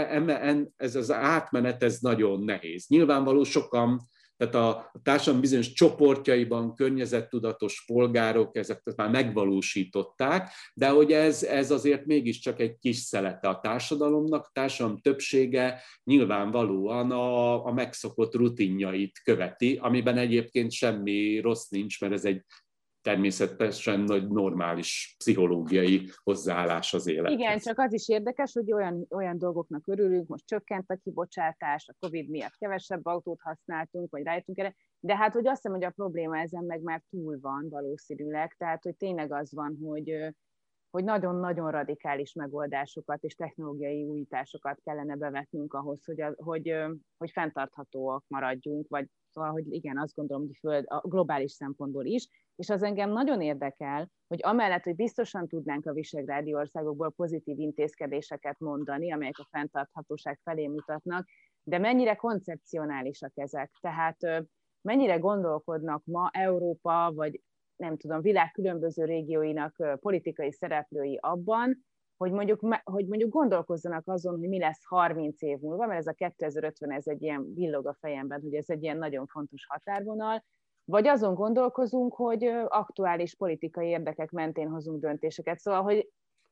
ez az átmenet ez nagyon nehéz. Nyilvánvaló sokan, tehát a társadalom bizonyos csoportjaiban környezettudatos polgárok ezeket már megvalósították, de hogy ez, ez azért mégiscsak egy kis szelete a társadalomnak, a társadalom többsége nyilvánvalóan a, a megszokott rutinjait követi, amiben egyébként semmi rossz nincs, mert ez egy természetesen nagy normális pszichológiai hozzáállás az élethez. Igen, csak az is érdekes, hogy olyan, olyan dolgoknak örülünk, most csökkent a kibocsátás, a Covid miatt kevesebb autót használtunk, vagy rájöttünk erre, de hát hogy azt hiszem, hogy a probléma ezen meg már túl van valószínűleg, tehát hogy tényleg az van, hogy, hogy nagyon-nagyon radikális megoldásokat és technológiai újításokat kellene bevetnünk ahhoz, hogy, a, hogy, hogy fenntarthatóak maradjunk, vagy szóval, hogy igen, azt gondolom, hogy föld, a globális szempontból is, és az engem nagyon érdekel, hogy amellett, hogy biztosan tudnánk a visegrádi országokból pozitív intézkedéseket mondani, amelyek a fenntarthatóság felé mutatnak, de mennyire koncepcionálisak ezek, tehát mennyire gondolkodnak ma Európa, vagy nem tudom, világ különböző régióinak politikai szereplői abban, hogy mondjuk, hogy mondjuk gondolkozzanak azon, hogy mi lesz harminc év múlva, mert ez a kétezer-ötven, ez egy ilyen villog a fejemben, hogy ez egy ilyen nagyon fontos határvonal, vagy azon gondolkozunk, hogy aktuális politikai érdekek mentén hozunk döntéseket. Szóval, hogy...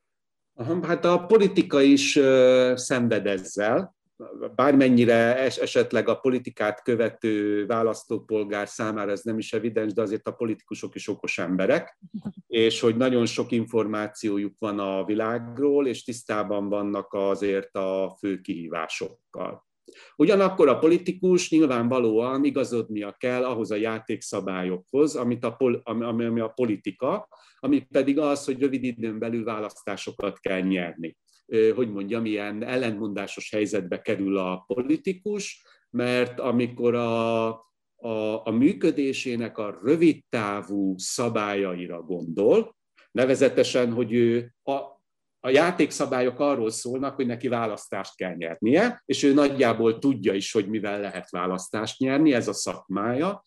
Hát a politika is szenved ezzel, bármennyire es- esetleg a politikát követő választópolgár számára ez nem is evidens, de azért a politikusok is okos emberek, és hogy nagyon sok információjuk van a világról, és tisztában vannak azért a fő kihívásokkal. Ugyanakkor a politikus nyilvánvalóan igazodnia kell ahhoz a játékszabályokhoz, amit a, pol, ami, ami a politika, ami pedig az, hogy rövid időn belül választásokat kell nyerni. Hogy mondjam, ilyen ellentmondásos helyzetbe kerül a politikus, mert amikor a, a, a működésének a rövidtávú szabályaira gondol, nevezetesen, hogy ő a A játékszabályok arról szólnak, hogy neki választást kell nyernie, és ő nagyjából tudja is, hogy mivel lehet választást nyerni, ez a szakmája.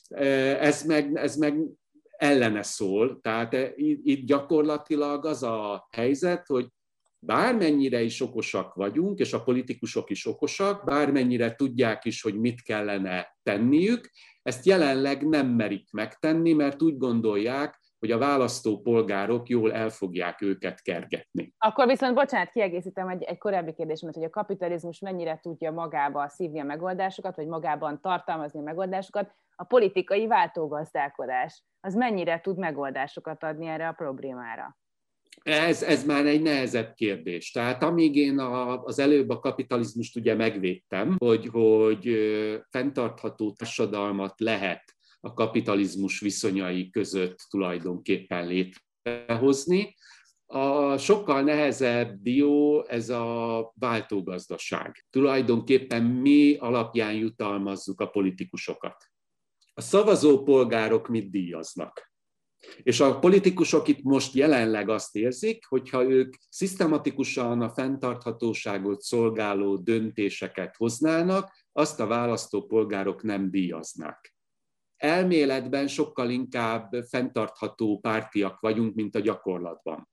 Ez meg, ez meg ellene szól, tehát itt gyakorlatilag az a helyzet, hogy bármennyire is okosak vagyunk, és a politikusok is okosak, bármennyire tudják is, hogy mit kellene tenniük, ezt jelenleg nem merik megtenni, mert úgy gondolják, hogy a választópolgárok jól el fogják őket kergetni. Akkor viszont, bocsánat, kiegészítem egy, egy korábbi kérdésemet, hogy a kapitalizmus mennyire tudja magába szívni a megoldásokat, vagy magában tartalmazni a megoldásokat, a politikai váltógazdálkodás, az mennyire tud megoldásokat adni erre a problémára? Ez, ez már egy nehezebb kérdés. Tehát amíg én a, az előbb a kapitalizmust ugye megvédtem, hogy, hogy fenntartható társadalmat lehet a kapitalizmus viszonyai között tulajdonképpen létrehozni. A sokkal nehezebb dió ez a váltógazdaság. Tulajdonképpen mi alapján jutalmazzuk a politikusokat. A szavazópolgárok mit díjaznak? És a politikusok itt most jelenleg azt érzik, hogyha ők szisztematikusan a fenntarthatóságot szolgáló döntéseket hoznának, azt a választópolgárok nem díjaznák. Elméletben sokkal inkább fenntartható pártiak vagyunk, mint a gyakorlatban.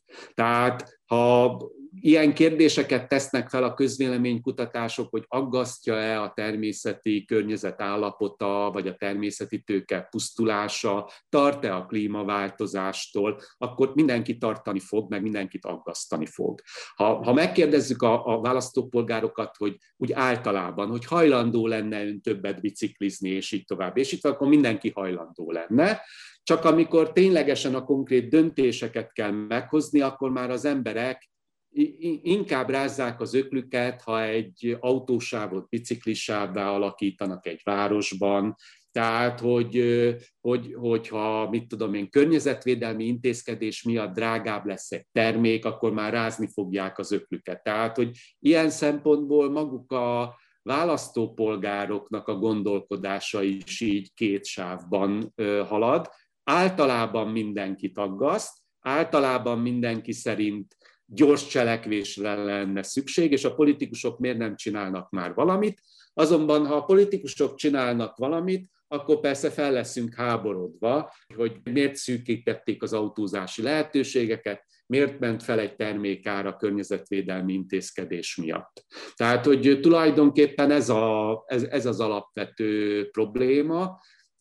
Tehát ha ilyen kérdéseket tesznek fel a közvéleménykutatások, hogy aggasztja-e a természeti környezet állapota, vagy a természeti tőke pusztulása, tart-e a klímaváltozástól, akkor mindenki tartani fog, meg mindenkit aggasztani fog. Ha, ha megkérdezzük a, a választópolgárokat, hogy úgy általában, hogy hajlandó lenne ön többet biciklizni, és így tovább, és itt akkor mindenki hajlandó lenne. Csak amikor ténylegesen a konkrét döntéseket kell meghozni, akkor már az emberek inkább rázzák az öklüket, ha egy autósávot biciklissává alakítanak egy városban, tehát, hogy, hogy, hogyha, mit tudom én, környezetvédelmi intézkedés miatt drágább lesz egy termék, akkor már rázni fogják az öklüket. Tehát, hogy ilyen szempontból maguk a választópolgároknak a gondolkodása is így két sávban halad. Általában mindenkit aggaszt, általában mindenki szerint gyors cselekvésre lenne szükség, és a politikusok miért nem csinálnak már valamit. Azonban, ha a politikusok csinálnak valamit, akkor persze fel leszünk háborodva, hogy miért szűkítették az autózási lehetőségeket, miért ment fel egy termékára környezetvédelmi intézkedés miatt. Tehát, hogy tulajdonképpen ez, a, ez, ez az alapvető probléma,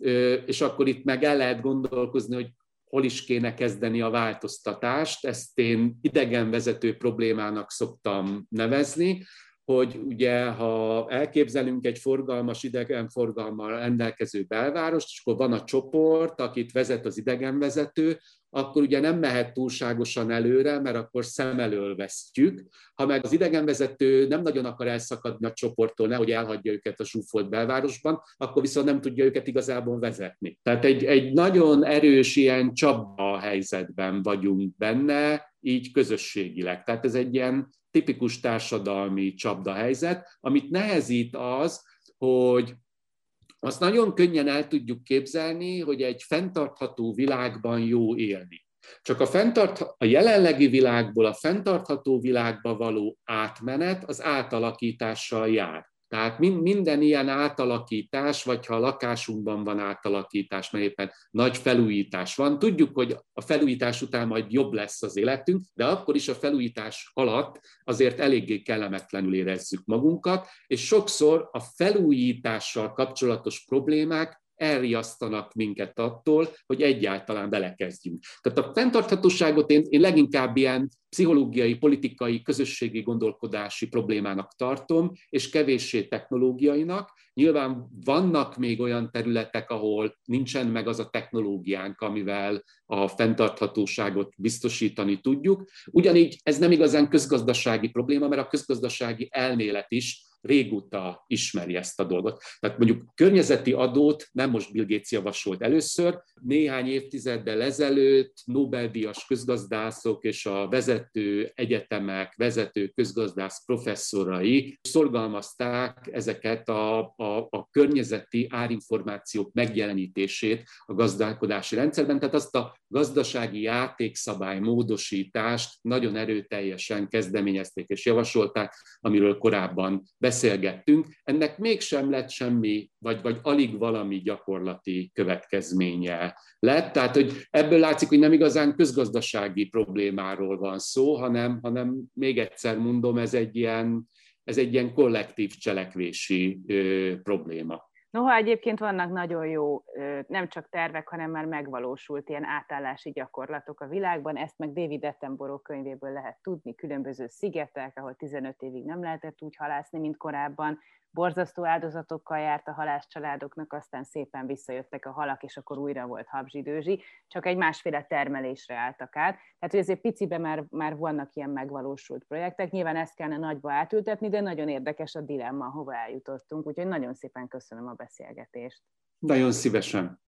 és akkor itt meg el lehet gondolkozni, hogy hol is kéne kezdeni a változtatást. Ezt én idegenvezető problémának szoktam nevezni, hogy ugye, ha elképzelünk egy forgalmas idegenforgalommal rendelkező belvárost, és akkor van a csoport, akit vezet az idegenvezető, akkor ugye nem mehet túlságosan előre, mert akkor szem elől vesztjük. Ha meg az idegenvezető nem nagyon akar elszakadni a csoporttól, nehogy elhagyja őket a zsúfolt belvárosban, akkor viszont nem tudja őket igazából vezetni. Tehát egy, egy nagyon erős ilyen csapda helyzetben vagyunk benne, így közösségileg. Tehát ez egy ilyen tipikus társadalmi csapdahelyzet, amit nehezít az, hogy azt nagyon könnyen el tudjuk képzelni, hogy egy fenntartható világban jó élni. Csak a, fenntart, a jelenlegi világból a fenntartható világba való átmenet az átalakítással jár. Tehát minden ilyen átalakítás, vagy ha a lakásunkban van átalakítás, mert éppen nagy felújítás van, tudjuk, hogy a felújítás után majd jobb lesz az életünk, de akkor is a felújítás alatt azért eléggé kellemetlenül érezzük magunkat, és sokszor a felújítással kapcsolatos problémák elriasztanak minket attól, hogy egyáltalán belekezdjünk. Tehát a fenntarthatóságot én, én leginkább ilyen pszichológiai, politikai, közösségi gondolkodási problémának tartom, és kevéssé technológiainak. Nyilván vannak még olyan területek, ahol nincsen meg az a technológiánk, amivel a fenntarthatóságot biztosítani tudjuk. Ugyanígy ez nem igazán közgazdasági probléma, mert a közgazdasági elmélet is régóta ismeri ezt a dolgot. Tehát mondjuk környezeti adót nem most Bill Gates javasolt először, néhány évtizeddel ezelőtt Nobel-díjas közgazdászok és a vezető egyetemek, vezető közgazdász professzorai szorgalmazták ezeket a, a, a környezeti árinformációk megjelenítését a gazdálkodási rendszerben, tehát azt a gazdasági játékszabály módosítást nagyon erőteljesen kezdeményezték és javasolták, amiről korábban beszélgettünk. Ennek mégsem lett semmi, vagy, vagy alig valami gyakorlati következménye lett. Tehát, hogy ebből látszik, hogy nem igazán közgazdasági problémáról van szó, hanem, hanem még egyszer mondom, ez egy ilyen, ez egy ilyen kollektív cselekvési ö, probléma. Noha egyébként vannak nagyon jó, nem csak tervek, hanem már megvalósult ilyen átállási gyakorlatok a világban, ezt meg David Attenborough könyvéből lehet tudni, különböző szigetek, ahol tizenöt évig nem lehetett úgy halászni, mint korábban, borzasztó áldozatokkal járt a halászcsaládoknak, aztán szépen visszajöttek a halak, és akkor újra volt habzsidőzsi, csak egy másféle termelésre álltak át. Tehát, hogy azért piciben már, már vannak ilyen megvalósult projektek, nyilván ezt kellene nagyba átültetni, de nagyon érdekes a dilemma, hova eljutottunk, úgyhogy nagyon szépen köszönöm a beszélgetést. Nagyon szívesen.